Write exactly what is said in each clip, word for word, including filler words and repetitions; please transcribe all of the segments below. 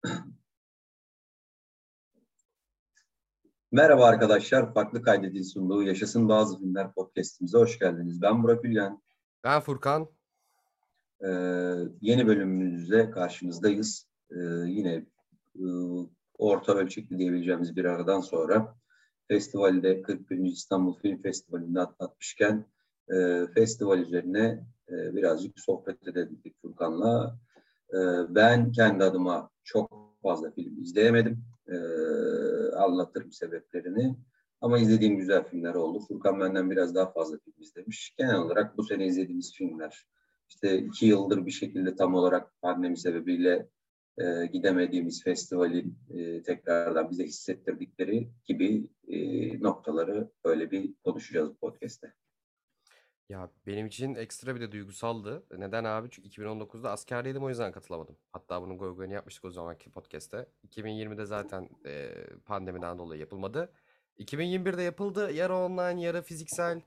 Merhaba arkadaşlar, Farklı Kaydedin sunduğu Yaşasın Bazı Filmler podcastimize hoş geldiniz. Ben Burak Ülgen. Ben Furkan. Ee, yeni bölümümüzde karşınızdayız. Ee, yine e, orta ölçekli diyebileceğimiz bir aradan sonra festivalde kırk birinci İstanbul Film Festivali'nde atlatmışken e, festival üzerine e, birazcık sohbet edelim Furkan'la. E, ben kendi adıma çok fazla film izleyemedim. E, anlatırım sebeplerini. Ama izlediğim güzel filmler oldu. Furkan benden biraz daha fazla film izlemiş. Genel olarak bu sene izlediğimiz filmler, işte iki yıldır bir şekilde tam olarak pandemi sebebiyle e, gidemediğimiz festivalin e, tekrardan bize hissettirdikleri gibi e, noktaları böyle bir konuşacağız bu podcast'te. Ya benim için ekstra bir de duygusaldı. Neden abi? Çünkü iki bin on dokuzda askerdeydim, o yüzden katılamadım. Hatta bunun goy goyunu yapmıştık o zamanki podcast'te. iki bin yirmide zaten e, pandemiden dolayı yapılmadı. iki bin yirmi birde yapıldı. Yarı online, yarı fiziksel.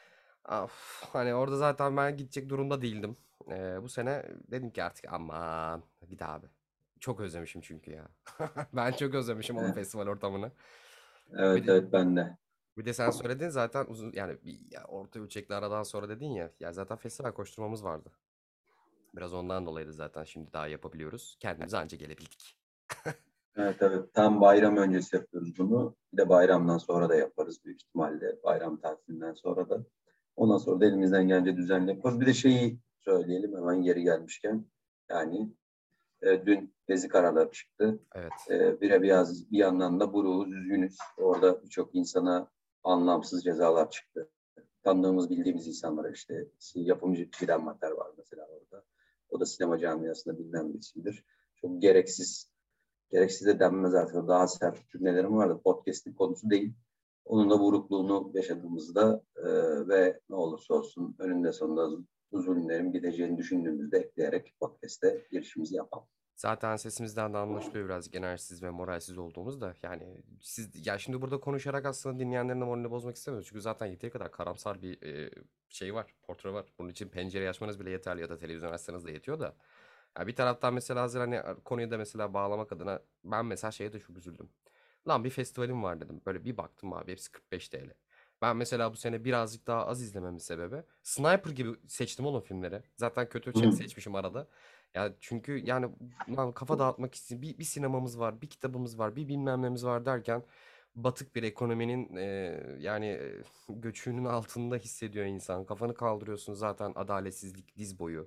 Of, hani orada zaten ben gidecek durumda değildim. E, bu sene dedim ki artık aman git abi. Çok özlemişim çünkü ya. Ben çok özlemişim onun Evet, festival ortamını. evet, Bir de evet ben de. Bir de sen söyledin zaten uzun, yani bir ya orta ölçekli aradan sonra dedin ya, ya zaten festival koşturmamız vardı. Biraz ondan dolayıydı zaten, şimdi daha yapabiliyoruz. Kendimize anca gelebildik. Evet, evet, tam bayram öncesi yapıyoruz bunu. Bir de bayramdan sonra da yaparız büyük ihtimalle. Bayram tatilinden sonra da. Ondan sonra da elimizden gelince düzenli yaparız. Bir de şeyi söyleyelim hemen geri gelmişken. Yani e, dün gezi kararları çıktı. Evet. E, bir, biraz, bir yandan da buruğuz, üzgünüz. Orada birçok insana anlamsız cezalar çıktı. Tanıdığımız, bildiğimiz insanlara işte yapımcı Fidan Mater var mesela orada. O da sinema camiasında bilinen bir isimdir. Çok gereksiz, gereksiz de denmez artık. Daha sert cümlelerim vardı. Podcast'in konusu değil. Onun da burukluğunu yaşadığımızda e, ve ne olursa olsun önünde sonunda bu zulümlerin gideceğini düşündüğümüzde ekleyerek podcast'e girişimizi yapalım. Zaten sesimizden de anlaşılıyor birazcık enerjisiz ve moralsiz olduğumuz da. Yani siz, ya şimdi burada konuşarak aslında dinleyenlerin de moralini bozmak istemiyoruz. Çünkü zaten yeteri kadar karamsar bir e, şey var, portre var. Bunun için pencere açmanız bile yeterli, ya da televizyon açsanız da yetiyor da. Ya bir taraftan mesela hazır hani konuyu da mesela bağlamak adına ben mesela şeye de çok üzüldüm. Lan bir festivalim var dedim. Böyle bir baktım abi, hepsi kırk beş T L. Ben mesela bu sene birazcık daha az izlememin sebebi Sniper gibi seçtim oğlum filmleri. Zaten kötü Hı. seçmişim arada. Ya çünkü yani lan kafa dağıtmak için bir, bir sinemamız var, bir kitabımız var, bir bilmem nemiz var derken batık bir ekonominin e, yani e, göçüğünün altında hissediyor insan. Kafanı kaldırıyorsun, zaten adaletsizlik diz boyu.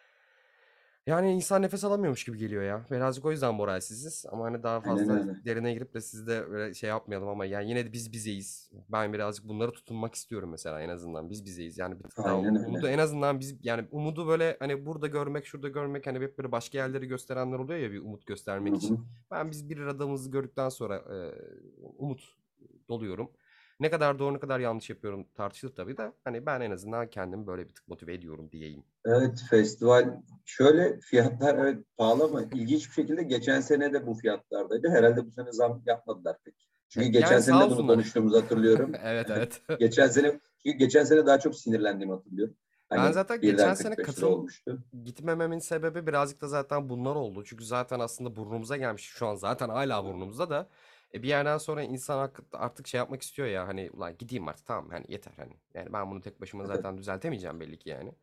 Yani insan nefes alamıyormuş gibi geliyor ya. Birazcık o yüzden moralsiziz. Ama hani daha Aynen fazla öyle. derine girip de siz de böyle şey yapmayalım, ama yani yine de biz bizeyiz. Ben birazcık bunları tutunmak istiyorum mesela, en azından biz bizeyiz. Yani bir tık daha Aynen umudu öyle. en azından biz, yani umudu böyle hani burada görmek, şurada görmek, hani hep böyle başka yerleri gösterenler oluyor ya bir umut Hı göstermek için. hı. Ben biz bir aradığımızı gördükten sonra e, umut doluyorum. Ne kadar doğru ne kadar yanlış yapıyorum tartışılır tabii de, hani ben en azından kendimi böyle bir tık motive ediyorum diyeyim. Evet, festival şöyle fiyatlar evet pahalı ama ilginç bir şekilde geçen sene de bu fiyatlardaydı. Herhalde bu sene zam yapmadılar pek. Çünkü E, geçen Yani sene sağ de bunu olsunlar. konuştuğumuzu hatırlıyorum. Evet, evet. Geçen sene çünkü geçen sene daha çok sinirlendiğimi hatırlıyorum. Ben Hani zaten geçen birden sene kırk beş lira katıl olmuştu. gitmememin sebebi birazcık da zaten bunlar oldu. Çünkü zaten aslında burnumuza gelmiş. Şu an zaten hala burnumuzda da. E bir yerden sonra insan hak- artık şey yapmak istiyor ya, hani ulan gideyim artık, tamam hani yeter hani. Yani ben bunu tek başıma Evet. zaten düzeltemeyeceğim belli ki yani.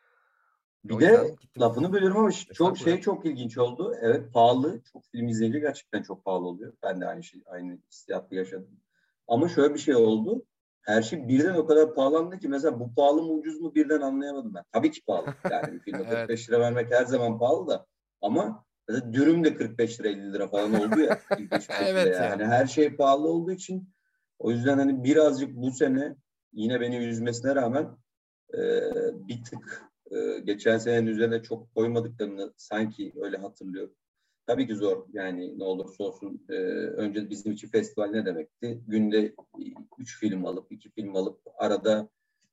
Bir O yüzden de gittim. lafını bölüyorum ama çok Estağfurullah. şey çok ilginç oldu. Evet pahalı. Çok film izleyince gerçekten çok pahalı oluyor. Ben de aynı şey aynı hissiyatı yaşadım. Ama şöyle bir şey oldu. Her şey birden o kadar pahalandı ki mesela bu pahalı mı ucuz mu birden anlayamadım ben. Tabii ki pahalı. Yani bir filme Evet. kırk beş lira vermek her zaman pahalı da. Ama mesela dürüm de kırk beş lira elli lira falan oldu ya ilginç bir şekilde Evet yani. ya. Her şey pahalı olduğu için o yüzden hani birazcık bu sene yine beni üzmesine rağmen e, bir tık e, geçen senenin üzerine çok koymadıklarını sanki öyle hatırlıyorum. Tabii ki zor yani ne olursa olsun e, önce bizim için festival ne demekti? Günde üç film alıp iki film alıp arada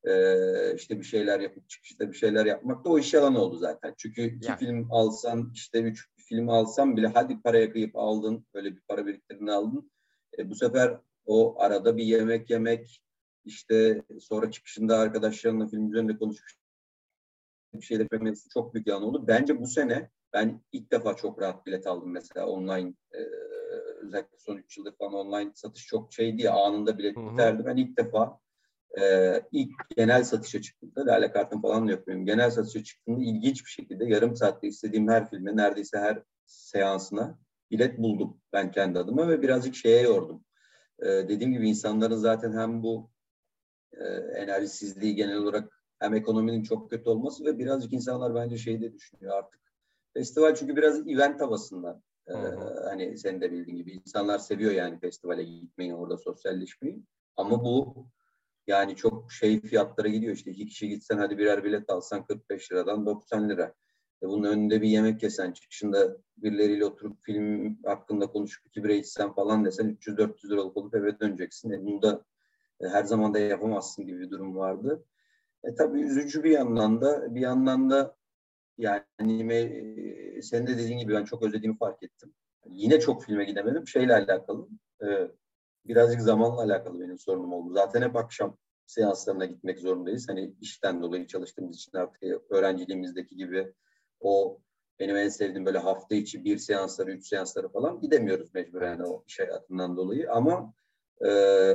e, işte bir şeyler yapıp çıkışta bir şeyler yapmak da o iş yalan oldu zaten. Çünkü iki Ya film alsan işte üç film alsan bile hadi paraya kıyıp aldın böyle bir para biriktirdin aldın. E, bu sefer o arada bir yemek yemek işte sonra çıkışında arkadaşlarımla film üzerinde konuşmuş bir şeyler demesi çok büyük yalan oldu. Bence bu sene ben ilk defa çok rahat bilet aldım mesela online. E, özellikle son üç yıldır falan online satış çok şeydi ya, anında Hı bilet hı. biterdi. Ben ilk defa e, ilk genel satışa çıktığımda, Lale Kart'ın falan da yok benim. Genel satışa çıktığımda ilginç bir şekilde yarım saatte istediğim her filme, neredeyse her seansına bilet buldum ben kendi adıma ve birazcık şeye yordum. E, dediğim gibi insanların zaten hem bu e, enerjisizliği genel olarak, hem ekonominin çok kötü olması ve birazcık insanlar bence şeyi de düşünüyor artık. Festival çünkü biraz event havasında. Ee, Hı hı. hani senin de bildiğin gibi insanlar seviyor yani festivale gitmeyi, orada sosyalleşmeyi. Ama bu yani çok şey fiyatlara gidiyor, işte iki kişi gitsen hadi birer bilet alsan kırk beş liradan doksan lira. E bunun önünde bir yemek yesen, çıkışında birileriyle oturup film hakkında konuşup iki bira içsen falan desen üç yüz dört yüz liralık olup eve döneceksin. E bunu da e, her zaman da yapamazsın gibi bir durum vardı. E tabii üzücü bir yandan da, bir yandan da yani e, senin de dediğin gibi ben çok özlediğimi fark ettim. Yine çok filme gidemedim. Şeyle alakalı, e, birazcık zamanla alakalı benim sorunum oldu. Zaten hep akşam seanslarına gitmek zorundayız. Hani işten dolayı çalıştığımız için artık öğrenciliğimizdeki gibi o benim en sevdiğim böyle hafta içi bir seansları, üç seansları falan gidemiyoruz mecburen Evet. o iş hayatından dolayı. Ama e,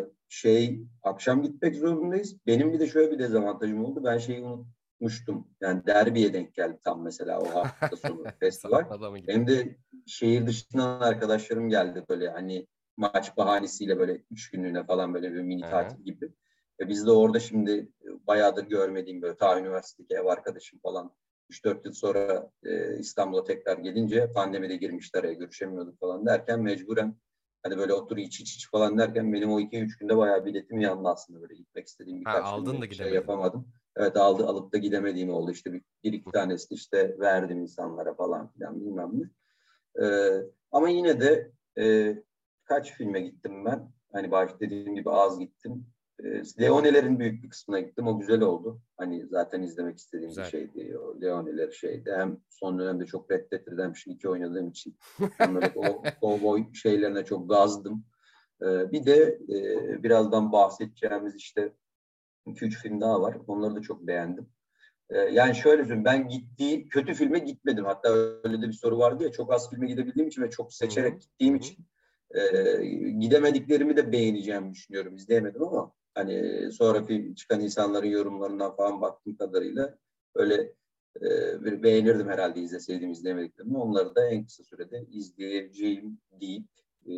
şey akşam gitmek zorundayız. Benim bir de şöyle bir dezavantajım oldu. Ben şeyi unutmuştum. Yani Derbi'ye denk geldi tam mesela o hafta sonu festival. Zamanında mı Benim gittin? de şehir dışından arkadaşlarım geldi böyle, hani maç bahanesiyle böyle üç günlüğüne falan, böyle bir mini Aha. tatil gibi. Ve biz de orada şimdi bayağıdır görmediğim böyle ta üniversitedeki ev arkadaşım falan üç dört yıl sonra e, İstanbul'a tekrar gelince, pandemide girmişler araya, görüşemiyorduk falan derken mecburen hani böyle otur iç iç iç falan derken benim o iki üç günde bayağı biletim yandı aslında, böyle gitmek istediğim Ha, birkaç aldın filme da şey gidemedin. yapamadım. Evet, aldı alıp da gidemediğim oldu. İşte bir, bir iki tanesi de işte verdim insanlara falan filan bilmem ne. Ee, ama yine de e, kaç filme gittim ben? Hani başta dediğim gibi az gittim. Ee, Leone'lerin büyük bir kısmına gittim. O güzel oldu. Hani zaten izlemek istediğim bir Güzel. şeydi. O Leone'ler şeydi. Hem son dönemde çok Red Dead Redemption iki oynadığım için hem böyle o cowboy şeylerine çok gazdım. Ee, bir de e, birazdan bahsedeceğimiz işte iki üç film daha var. Onları da çok beğendim. Ee, yani şöyle söyleyeyim, ben gittiği kötü filme gitmedim. Hatta öyle de bir soru vardı ya, çok az filme gidebildiğim için ve çok Hı hı. seçerek Hı gittiğim hı. için e, gidemediklerimi de beğeneceğimi düşünüyorum. İzleyemedim ama hani sonra film çıkan insanların yorumlarından falan baktığım kadarıyla öyle e, bir beğenirdim herhalde izleseydim izlemediklerimi. Onları da en kısa sürede izleyeceğim deyip e,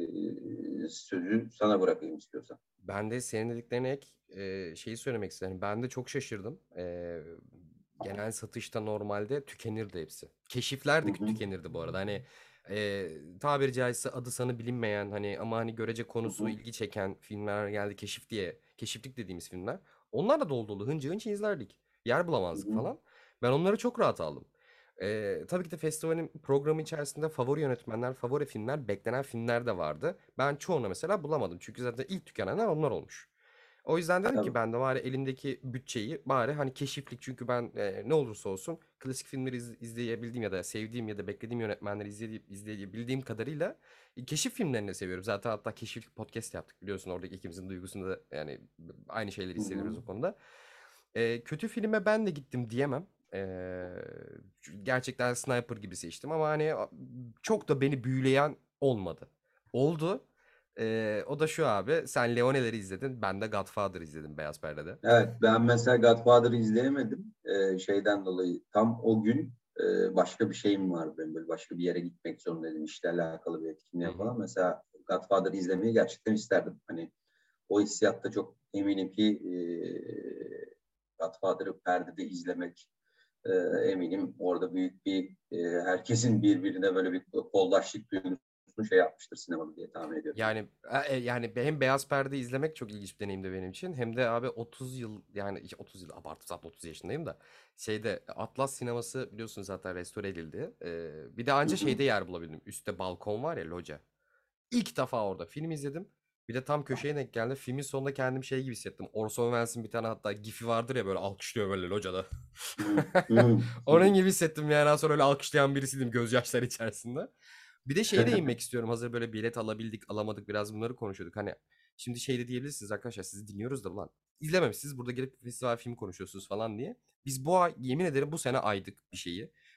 sözü sana bırakayım istiyorsan. Ben de senin dediklerine ek e, şeyi söylemek istedim. Ben de çok şaşırdım. E, genel satışta normalde tükenirdi hepsi. Keşifler Hı de hı, tükenirdi bu arada. Hani e, tabiri caizse adı sanı bilinmeyen hani ama hani görece hı konusu hı, ilgi çeken filmler geldi keşif diye. Keşiflik dediğimiz filmler. Onlar da dolu dolu hınca hınç izlerdik. Yer hı bulamazdık hı, falan. Ben onları çok rahat aldım. E, tabii ki de festivalin programı içerisinde favori yönetmenler, favori filmler, beklenen filmler de vardı. Ben çoğunu mesela bulamadım. Çünkü zaten ilk tükenenler onlar olmuş. O yüzden dedim ki tabii. ben de bari elimdeki bütçeyi bari hani keşiflik çünkü ben e, ne olursa olsun klasik filmleri iz- izleyebildiğim ya da sevdiğim ya da beklediğim yönetmenleri izleye, izleyebildiğim kadarıyla e, keşif filmlerini de seviyorum. Zaten hatta keşiflik podcast yaptık biliyorsun oradaki ikimizin duygusunda da yani aynı şeyleri Hı hı. hissediyoruz o konuda. E, kötü filme ben de gittim diyemem. E, gerçekten Sniper gibi seçtim ama hani çok da beni büyüleyen olmadı. Oldu. Ee, o da şu abi. Sen Leone'leri izledin. Ben de Godfather izledim Beyaz Perde'de. Evet, ben mesela Godfather'ı izleyemedim. Ee, şeyden dolayı tam o gün e, başka bir şeyim vardı. Ben böyle başka bir yere gitmek zorundaydım. İşle alakalı bir Hı etkinliğe hı. falan. Mesela Godfather'ı izlemeyi gerçekten isterdim. Hani o hissiyatta çok eminim ki e, Godfather'ı perdede izlemek, e, eminim orada büyük bir e, herkesin birbirine böyle bir koldaşlık duygusunu şey yapmıştır sinemada diye tahmin ediyorum. Yani e, e, yani hem Beyaz Perde izlemek çok ilginç bir deneyimdi benim için. Hem de abi otuz yıl yani iki- otuz yıl abartı zaten otuz yaşındayım da şeyde Atlas sineması biliyorsunuz zaten restore edildi. Ee, bir de Hı anca hı. şeyde yer bulabildim. Üstte balkon var ya loca. İlk defa orada film izledim. Bir de tam köşeye denk geldi. Filmin sonunda kendimi şey gibi hissettim. Orson Welles'in bir tane hatta gifi vardır ya böyle alkışlıyor böyle locada. Hı hı. Onun gibi hissettim yani. Az sonra öyle alkışlayan birisiydim gözyaşları içerisinde. Bir de şeye değinmek istiyorum. Hazır böyle bilet alabildik, alamadık biraz bunları konuşuyorduk. Hani şimdi şey de diyebilirsiniz arkadaşlar sizi dinliyoruz da ulan izlememişsiniz burada gelip festival filmi konuşuyorsunuz falan diye. Biz bu ay yemin ederim bu sene aydık bir şeyi.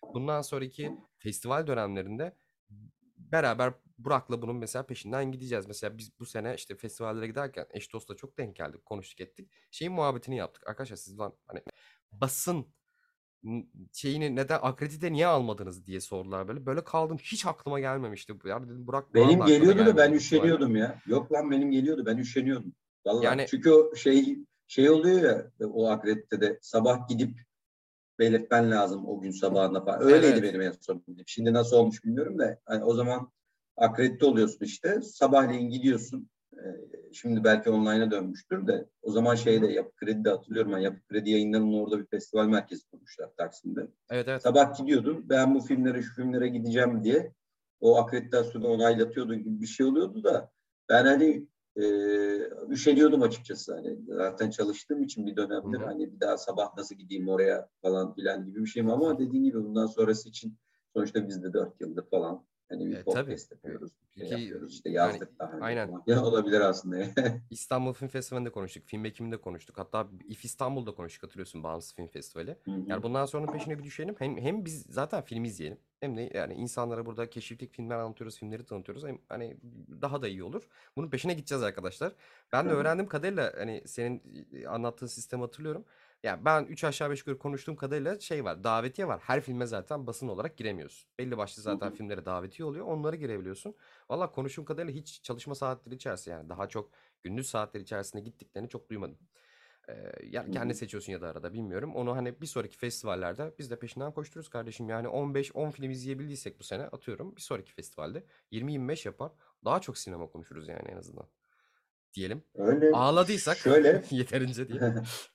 bundan sonraki festival dönemlerinde beraber Burak'la bunun mesela peşinden gideceğiz. Mesela biz bu sene işte festivallere giderken eş dostla çok denk geldik, konuştuk ettik. Şeyin muhabbetini yaptık. Arkadaşlar siz lan hani basın n- şeyini neden akredite niye almadınız diye sordular böyle. Böyle kaldım. Hiç aklıma gelmemişti. Ya dedim Burak Burak'ın Benim da aklına geliyordu da ben gelmiyordur büyük ihtimalle. üşeniyordum ya. Yok lan benim geliyordu ben üşeniyordum. Valla. Yani Çünkü o şey şey oluyor ya o akreditede sabah gidip belirtmen lazım o gün sabahına falan. evet Öyleydi evet. benim en son. Şimdi nasıl olmuş bilmiyorum da hani o zaman akredite oluyorsun işte. Sabahleyin gidiyorsun. Ee, Şimdi belki online'a dönmüştür de o zaman Hı şeyde hı. Yapı Kredi'de hatırlıyorum ben Yapı Kredi yayınlarının orada bir festival merkezi kurmuşlar Taksim'de. Evet evet. Sabah gidiyordun ben bu filmlere şu filmlere gideceğim diye o akreditasyonu onaylatıyordun gibi bir şey oluyordu da ben hani e, üşeniyordum açıkçası. Hani zaten çalıştığım için bir Hı dönemdir hı. hani bir daha sabah nasıl gideyim oraya falan filan gibi bir şeyim ama dediğin gibi bundan sonrası için sonuçta biz de dört yıldır falan hani bir E, tabii. podcast E, yapıyoruz. Şey Peki yapıyoruz işte yani yazdık daha önce aynen. falan. Ya olabilir aslında. İstanbul Film Festivali'nde konuştuk. Film ekiminde konuştuk. Hatta İF İstanbul'da konuştuk, hatırlıyorsun, Bağımsız Film Festivali. Hı hı. Yani bundan sonra peşine bir düşelim. Hem, hem biz zaten film izleyelim. Hem de yani insanlara burada keşiflik filmler anlatıyoruz, filmleri tanıtıyoruz. Hem hani daha da iyi olur. Bunun peşine gideceğiz arkadaşlar. Ben de Tamam. öğrendiğim kadarıyla hani senin e, anlattığın sistemi hatırlıyorum. Yani ben üç aşağı beş yukarı konuştuğum kadarıyla şey var. Davetiye var. Her filme zaten basın olarak giremiyorsun. Belli başlı Hı zaten hı. filmlere davetiye oluyor. Onlara girebiliyorsun. Valla konuştuğum kadarıyla hiç çalışma saatleri içerisinde yani daha çok gündüz saatleri içerisinde gittiklerini çok duymadım. Ee, yani Hı kendi hı. seçiyorsun ya da arada bilmiyorum. Onu hani bir sonraki festivallerde biz de peşinden koştururuz kardeşim. Yani on beş on film izleyebildiysek bu sene atıyorum. Bir sonraki festivalde yirmi yirmi beş yapar. Daha çok sinema konuşuruz yani en azından. Diyelim. Öyle Ağladıysak şöyle yeterince diye.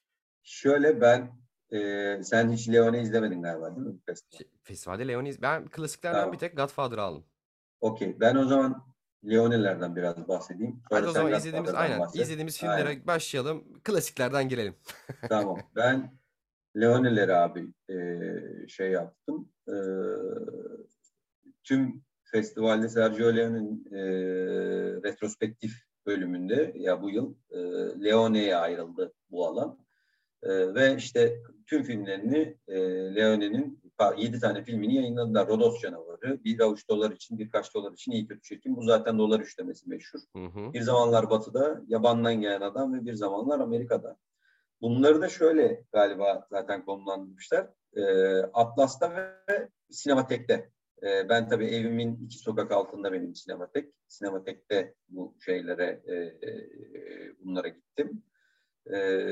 şöyle ben e, sen hiç Leone izlemedin galiba değil mi? Festival? Şey, festivalde Leonis ben klasiklerden bir Tamam. tek Godfather'ı aldım. Okey. Ben o zaman Leone'lerden biraz bahsedeyim. Hadi Sonra o sen zaman izlediğimiz Godfather'dan aynen bahset. izlediğimiz Aynen. filmlere başlayalım. Klasiklerden girelim. Tamam. Ben Leone'leri abi e, şey yaptım. E, tüm festivalde Sergio Leone'nin e, retrospektif bölümünde ya bu yıl e, Leone'ye ayrıldı bu alan. E, ve işte tüm filmlerini e, Leone'nin yedi tane filmini yayınladılar. Rodos Canavarı, bir avuç dolar için, birkaç dolar için iyi kötü çirkin. Bu zaten dolar üçlemesi meşhur. Hı hı. Bir zamanlar Batı'da, Yabandan Gelen Adam ve bir zamanlar Amerika'da. Bunları da şöyle galiba zaten konumlandırmışlar. E, Atlas'ta ve Sinematek'te. E, ben tabii evimin iki sokak altında benim sinematek. Sinematek'te bu şeylere, e, e, bunlara gittim. E,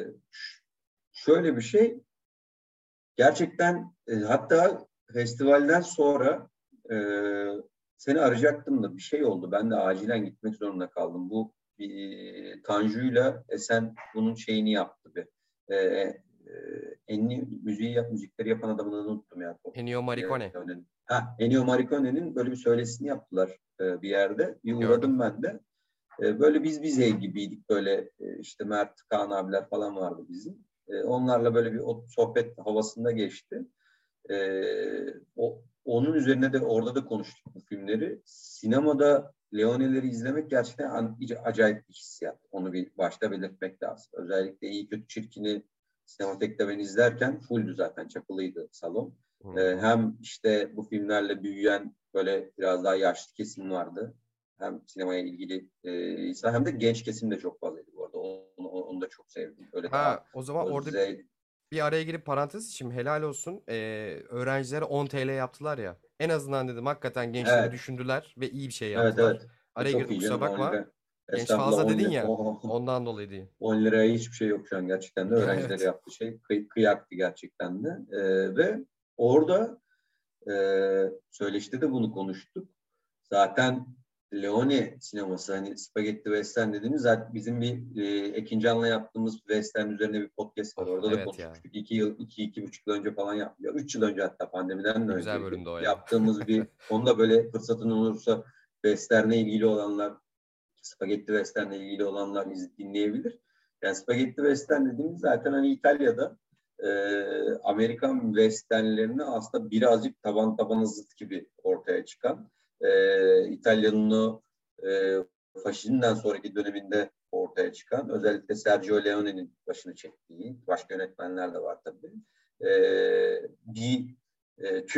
Şöyle bir şey, gerçekten e, hatta festivalden sonra e, seni arayacaktım da bir şey oldu. Ben de acilen gitmek zorunda kaldım. Bu e, Tanju'yla Esen bunun şeyini yaptı bir. E, e, Enni müziği yap, müzikleri yapan adamın adını unuttum ya. Ennio Morricone. Leone'nin. Ha, Ennio Morricone'nin böyle bir söyleşisini yaptılar e, bir yerde. Bir Gördüm. uğradım ben de. E, böyle biz bize gibiydik. Böyle e, işte Mert, Kaan abiler falan vardı bizim. E, onlarla böyle bir o sohbet havasında geçti. E, o, onun üzerine de orada da konuştuk bu filmleri. Sinemada Leone'leri izlemek gerçekten acayip bir hissiyat. Onu bir başta belirtmek lazım. Özellikle İyi Kötü Çirkin'i Sinematek'te ben izlerken fulldü zaten. Çakılıydı salon. Hı E, hı. hem işte bu filmlerle büyüyen böyle biraz daha yaşlı kesim vardı. Hem sinemaya ilgili e, insan hem de genç kesim de çok fazlaydı bu arada. Onu, onu da çok sevdim. Öyle daha Ha o zaman o orada Z bir araya girip parantez içim helal olsun. Ee, öğrencilere on T L yaptılar ya. En azından dedim hakikaten gençleri evet, düşündüler ve iyi bir şey evet, yaptılar. evet. E, Araya çok girdim iyi kusura canım on bakma. lira. Genç Estağfurullah fazla on dedin lira. ya. Oh, Ondan dolayı değil. on liraya hiçbir şey yok şu an gerçekten de. Öğrencileri Evet. yaptığı şey kıy, kıyaktı gerçekten de. E, ve orada e, söyleşte de bunu konuştuk. Zaten Leone sineması hani Spaghetti Western dediğimiz zaten bizim bir e, Ekincan'la yaptığımız Western üzerine bir podcast var. Oh Orada da evet ya. konuşmuştuk. İki yıl, iki, iki buçuk yıl önce falan yaptık. Üç yıl önce hatta pandemiden de Ne güzel önceydi. bölümdü o ya. Yaptığımız bir, onu da böyle fırsatın olursa Western'e ilgili olanlar, Spaghetti Western'le ilgili olanlar iz, dinleyebilir. Yani Spaghetti Western dediğimiz zaten hani İtalya'da e, Amerikan Western'lerini aslında birazcık taban tabana zıt gibi ortaya çıkan e, İtalya'nın o e, faşizmden sonraki döneminde ortaya çıkan özellikle Sergio Leone'nin başını çektiği başka yönetmenler de var tabii. E, bir e, tür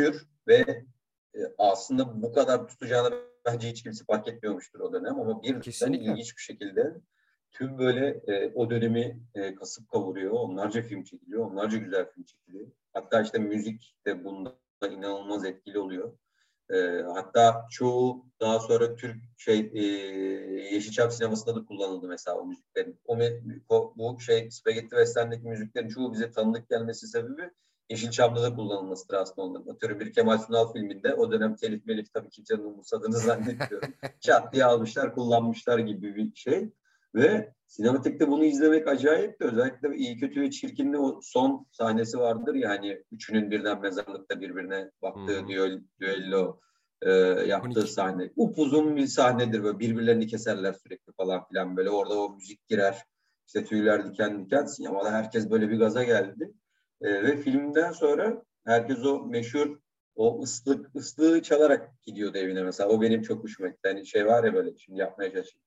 ve e, aslında bu kadar tutacağını bence hiç kimse fark etmiyormuştur o dönem ama birden Kesinlikle. ilginç bir şekilde tüm böyle e, o dönemi e, kasıp kavuruyor. Onlarca film çekiliyor, onlarca güzel film çekiliyor. Hatta işte müzik de bunda inanılmaz etkili oluyor. E, hatta çoğu daha sonra Türk şey e, Yeşilçam sinemasında da kullanıldı mesela o müziklerin. O, o bu şey Spaghetti Western'deki müziklerin çoğu bize tanıdık gelmesi sebebi Yeşilçam'da da kullanılmasıdır aslında onların. Atıyorum bir Kemal Sunal filminde o dönem telif melif tabii kimsenin umursadığını zannetmiyorum. Çat diye almışlar kullanmışlar gibi bir şey. Ve sinematikte bunu izlemek acayip de özellikle iyi kötü ve çirkinli o son sahnesi vardır ya hani üçünün birden mezarlıkta birbirine Hı baktığı hı. düello, düello e, yaptığı İkonik. sahne. Upuzun bir sahnedir böyle birbirlerini keserler sürekli falan filan böyle orada o müzik girer. İşte tüyler diken diken sinemada herkes böyle bir gaza geldi. E, ve filmden sonra herkes o meşhur o ıslık ıslığı çalarak gidiyordu evine mesela. O benim çok hoşuma gitti. Hani şey var ya böyle şimdi yapmaya çalışıyorum.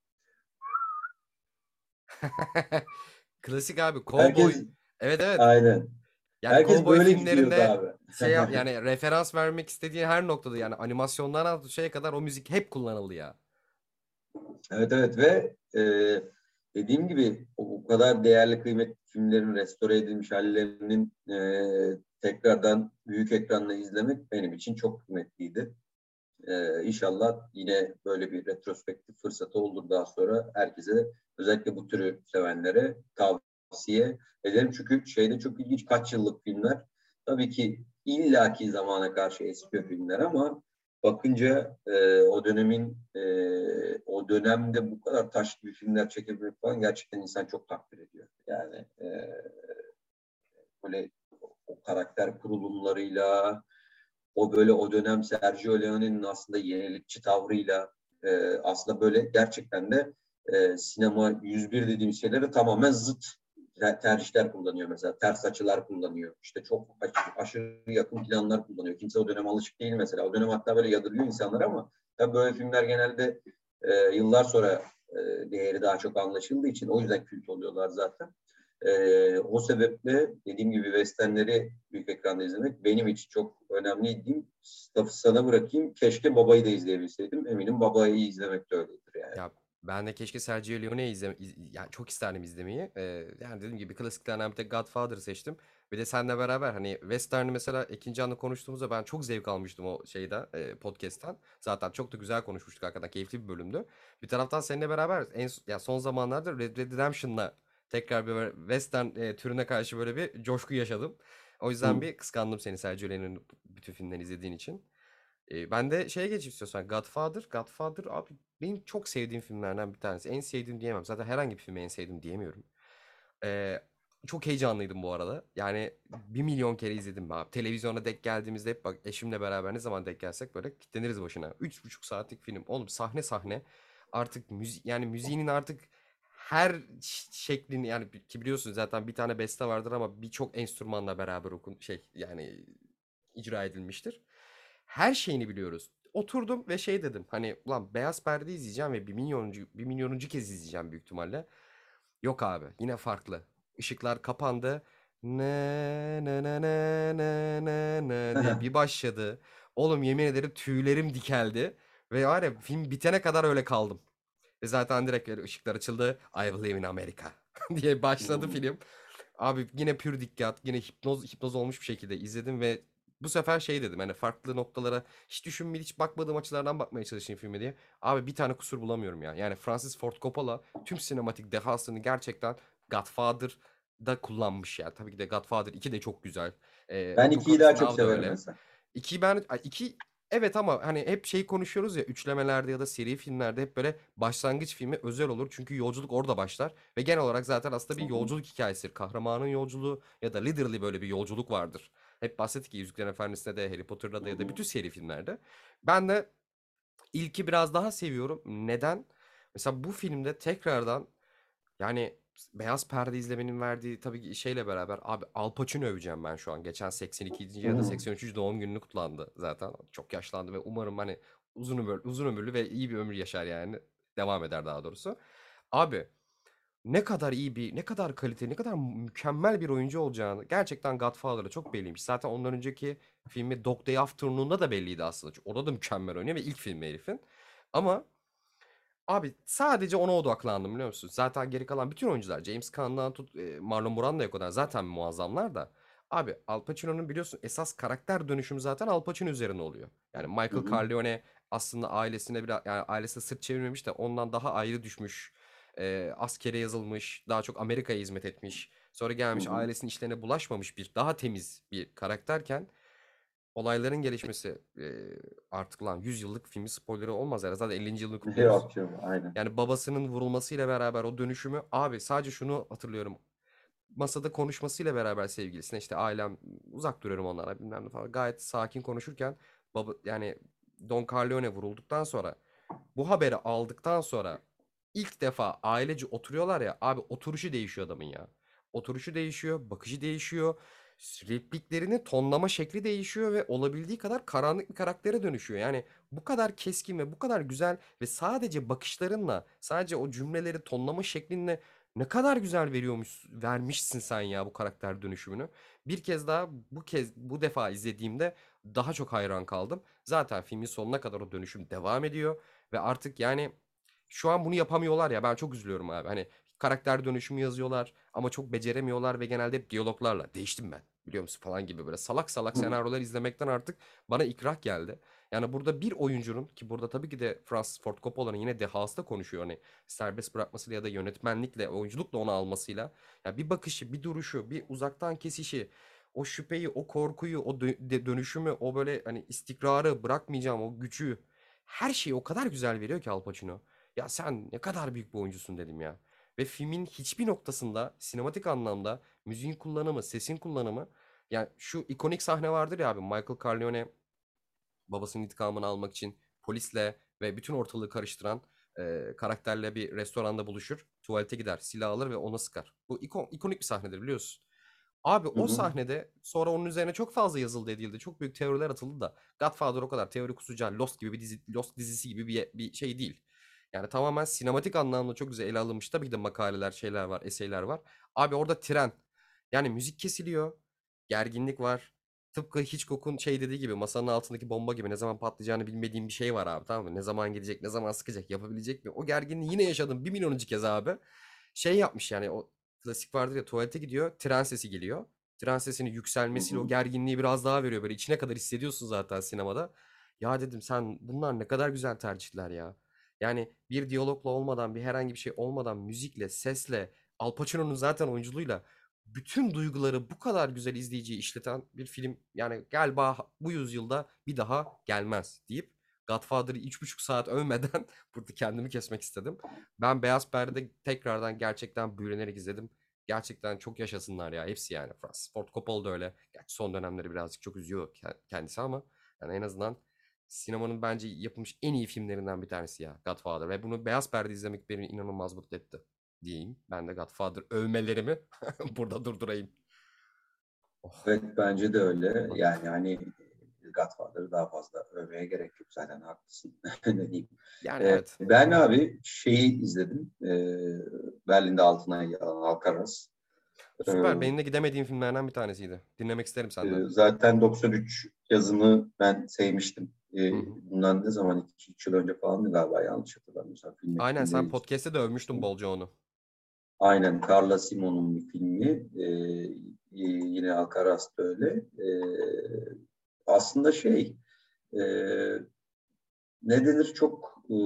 Klasik abi. Cowboy. Herkes Evet, evet. aynen. Yani Herkes cowboy böyle gidiyordu filmlerinde abi. şey yap- yani referans vermek istediği her noktada yani animasyondan al şeye kadar o müzik hep kullanıldı ya. Evet evet ve e, dediğim gibi o, o kadar değerli kıymetli filmlerin restore edilmiş hallerinin e, tekrardan büyük ekranda izlemek benim için çok kıymetliydi. E, İnşallah yine böyle bir retrospektif fırsatı olur daha sonra herkese özellikle bu türü sevenlere tavsiye ederim. Çünkü şeyde çok ilginç kaç yıllık filmler. Tabii ki illaki zamana karşı eskiyor filmler ama bakınca e, o dönemin e, o dönemde bu kadar taş gibi filmler çekebilmek falan gerçekten insan çok takdir ediyor. Yani e, böyle o karakter kurulumlarıyla o böyle o dönem Sergio Leone'nin aslında yenilikçi tavrıyla e, aslında böyle gerçekten de e, sinema yüz bir dediğim şeylere tamamen zıt tercihler kullanıyor mesela. Ters açılar kullanıyor. İşte çok aşırı yakın planlar kullanıyor. Kimse o dönem alışık değil mesela. O dönem hatta böyle yadırgıyor insanlar ama tabii böyle filmler genelde e, yıllar sonra e, değeri daha çok anlaşıldığı için o yüzden kült oluyorlar zaten. Ee, o sebeple dediğim gibi westernleri büyük ekranda izlemek benim için çok önemliydi. Lafı sana bırakayım. Keşke Baba'yı da izleyebilseydim. Eminim Baba'yı izlemek de öyledir yani. Ya ben de keşke Sergio Leone'yi izle iz- yani çok isterdim izlemeyi. Ee, yani dediğim gibi klasiklerden bir tek Godfather'ı seçtim. Bir de seninle beraber hani Western'i mesela ikinci anda konuştuğumuzda ben çok zevk almıştım o şeyden, e, podcast'ten. Zaten çok da güzel konuşmuştuk hakikaten keyifli bir bölümdü. Bir taraftan seninle beraber en ya son zamanlarda Red Dead Redemption'la tekrar bir böyle Western e, türüne karşı böyle bir coşku yaşadım. O yüzden Hı. bir kıskandım seni Sergio Leone'nin bütün filmlerini izlediğin için. E, ben de şeye geçeyim istiyorsan. Godfather. Godfather abi benim çok sevdiğim filmlerden bir tanesi. En sevdiğim diyemem. Zaten herhangi bir filmi en sevdiğim diyemiyorum. E, Çok heyecanlıydım bu arada. Yani bir milyon kere izledim ben abi. Televizyona denk geldiğimizde hep bak eşimle beraber ne zaman denk gelsek böyle kitleniriz başına. Üç buçuk saatlik film. Oğlum sahne sahne. Artık müzik yani müziğinin artık her ş- şeklini yani ki biliyorsun zaten bir tane beste vardır ama birçok enstrümanla beraber okun şey yani icra edilmiştir. Her şeyini biliyoruz. Oturdum ve şey dedim. Hani ulan Beyaz Perde izleyeceğim ve bir milyonuncu, bir milyonuncu kez izleyeceğim büyük ihtimalle. Yok abi yine farklı. Işıklar kapandı. Ne ne ne ne ne ne ne diye bir başladı. Oğlum yemin ederim tüylerim dikeldi. Ve var ya film bitene kadar öyle kaldım. Ve zaten direkt böyle ışıklar açıldı. I will live in America diye başladı film. Abi yine pür dikkat, yine hipnoz hipnoz olmuş bir şekilde izledim ve bu sefer şey dedim hani farklı noktalara hiç düşünmedi hiç bakmadığım açılardan bakmaya çalışayım filme diye. Abi bir tane kusur bulamıyorum ya. Yani Francis Ford Coppola tüm sinematik dehasını gerçekten Godfather'da kullanmış ya. Tabii ki de Godfather iki de çok güzel. Ee, Ben ikiyi Yukarısı daha çok Now da severim öyle. mesela. İki ben ay, iki evet ama hani hep şey konuşuyoruz ya üçlemelerde ya da seri filmlerde hep böyle başlangıç filmi özel olur. Çünkü yolculuk orada başlar. Ve genel olarak zaten aslında Hı bir hı. yolculuk hikayesidir. Kahramanın yolculuğu ya da literally böyle bir yolculuk vardır. Hep bahsettik ki Yüzüklerin Efendisi'nde de Harry Potter'da Hı da ya da hı. bütün seri filmlerde. Ben de ilki biraz daha seviyorum. Neden? Mesela bu filmde tekrardan yani Beyaz Perde izlemenin verdiği tabii ki şeyle beraber abi Al Pacino öveceğim ben şu an. Geçen seksen ikinci Hı ya da hı. seksen üçüncü doğum gününü kutlandı zaten. Çok yaşlandı ve umarım hani uzun ömür, uzun ömürlü ve iyi bir ömür yaşar yani. Devam eder daha doğrusu. Abi ne kadar iyi bir, ne kadar kaliteli, ne kadar mükemmel bir oyuncu olacağını gerçekten Godfather'da çok belliymiş. Zaten ondan önceki filmi Dog Day Afternoon'da da belliydi aslında. Çünkü orada da mükemmel oynuyor ve ilk filmi herifin. Ama abi sadece ona odaklandım biliyor musun? Zaten geri kalan bütün oyuncular James Caan'dan tut e, Marlon Brando'ya kadar zaten muazzamlar da. Abi Al Pacino'nun biliyorsun esas karakter dönüşümü zaten Al Pacino üzerine oluyor. Yani Hı Michael hı. Corleone aslında ailesine biraz yani ailesine sırt çevirmemiş de ondan daha ayrı düşmüş. E, askere yazılmış, daha çok Amerika'ya hizmet etmiş. Sonra Hı gelmiş hı. ailesinin işlerine bulaşmamış bir daha temiz bir karakterken olayların gelişmesi e, artık lan yüz yıllık filmi spoilerı olmaz herhalde. Zaten ellinci yılını kutluyoruz. Yok canım, aynen. Yani babasının vurulmasıyla beraber o dönüşümü abi sadece şunu hatırlıyorum. Masada konuşmasıyla beraber sevgilisine işte ailem uzak duruyorum onlara bilmem ne falan. Gayet sakin konuşurken baba yani Don Corleone vurulduktan sonra bu haberi aldıktan sonra ilk defa ailece oturuyorlar ya abi oturuşu değişiyor adamın ya. Oturuşu değişiyor, bakışı değişiyor. Repliklerini tonlama şekli değişiyor ve olabildiği kadar karanlık bir karaktere dönüşüyor. Yani bu kadar keskin ve bu kadar güzel ve sadece bakışlarınla, sadece o cümleleri tonlama şeklinle ne kadar güzel veriyormuş, vermişsin sen ya bu karakter dönüşümünü. Bir kez daha bu kez bu defa izlediğimde daha çok hayran kaldım. Zaten filmin sonuna kadar o dönüşüm devam ediyor. Ve artık yani şu an bunu yapamıyorlar ya ben çok üzülüyorum abi. Hani karakter dönüşümü yazıyorlar ama çok beceremiyorlar ve genelde hep diyaloglarla değiştim ben biliyor musun falan gibi böyle salak salak Hı hı. senaryolar izlemekten artık bana ikrah geldi. Yani burada bir oyuncunun ki burada tabii ki de Francis Ford Coppola'nın yine dehası da konuşuyor hani serbest bırakmasıyla ya da yönetmenlikle oyunculukla onu almasıyla ya bir bakışı bir duruşu bir uzaktan kesişi o şüpheyi o korkuyu o dö- de- dönüşümü o böyle hani istikrarı bırakmayacağım o gücü her şeyi o kadar güzel veriyor ki Al Pacino. Ya sen ne kadar büyük bir oyuncusun dedim ya. Ve filmin hiçbir noktasında sinematik anlamda müziğin kullanımı, sesin kullanımı yani şu ikonik sahne vardır ya abi Michael Corleone babasının intikamını almak için polisle ve bütün ortalığı karıştıran e, karakterle bir restoranda buluşur. Tuvalete gider, silah alır ve ona sıkar. Bu ikon, ikonik bir sahnedir biliyorsun. Abi Hı o hı. sahnede sonra onun üzerine çok fazla yazıldı edildi. Çok büyük teoriler atıldı da Godfather o kadar teori kusacağı Lost gibi bir dizi, Lost dizisi gibi bir, bir şey değil. Yani tamamen sinematik anlamda çok güzel ele alınmış. Tabii ki de makaleler, şeyler var, eseyler var. Abi orada tren. Yani müzik kesiliyor. Gerginlik var. Tıpkı Hitchcock'un şey dediği gibi masanın altındaki bomba gibi ne zaman patlayacağını bilmediğim bir şey var abi tamam mı? Ne zaman gelecek, ne zaman sıkacak, yapabilecek mi? O gerginliği yine yaşadım bir milyonuncu kez abi. Şey yapmış yani o klasik vardır ya tuvalete gidiyor, tren sesi geliyor. Tren sesinin Hı yükselmesiyle o hı. gerginliği biraz daha veriyor böyle içine kadar hissediyorsun zaten sinemada. Ya dedim sen bunlar ne kadar güzel tercihler ya. Yani bir diyalogla olmadan, bir herhangi bir şey olmadan müzikle, sesle, Al Pacino'nun zaten oyunculuğuyla bütün duyguları bu kadar güzel izleyiciyi işleten bir film yani galiba bu yüzyılda bir daha gelmez deyip Godfather'ı üç buçuk saat övmeden burada kendimi kesmek istedim. Ben Beyaz Perde'de tekrardan gerçekten büyülenerek izledim. Gerçekten çok yaşasınlar ya hepsi yani. Francis Ford Coppola da öyle. Gerçi son dönemleri birazcık çok üzüyor kendisi ama yani en azından sinemanın bence yapılmış en iyi filmlerinden bir tanesi ya Godfather. Ve bunu Beyaz Perde izlemek beni inanılmaz mutlu etti diyeyim. Ben de Godfather övmelerimi burada durdurayım. Oh. Evet, bence de öyle. Yani hani Godfather'ı daha fazla övmeye gerek yok, zaten haklısın. Ne diyeyim. Yani Ee, evet. ben abi şeyi izledim. Ee, Berlin'de Altın Ay yalan Alcatraz. Ee, Süper. Benim de gidemediğim filmlerden bir tanesiydi. Dinlemek isterim senden. e, zaten doksan üç yazını ben sevmiştim. Hı Ee, hı. bundan ne zaman, iki üç yıl önce falan galiba, yanlış hatırlamıyorsam, filmi Aynen filmleri sen podcast'te de övmüştün izlemiştim. bolca onu. Aynen, Carla Simon'un bir filmi. Ee, yine Alcaraz'da öyle. Ee, aslında şey, e, ne denir, çok e,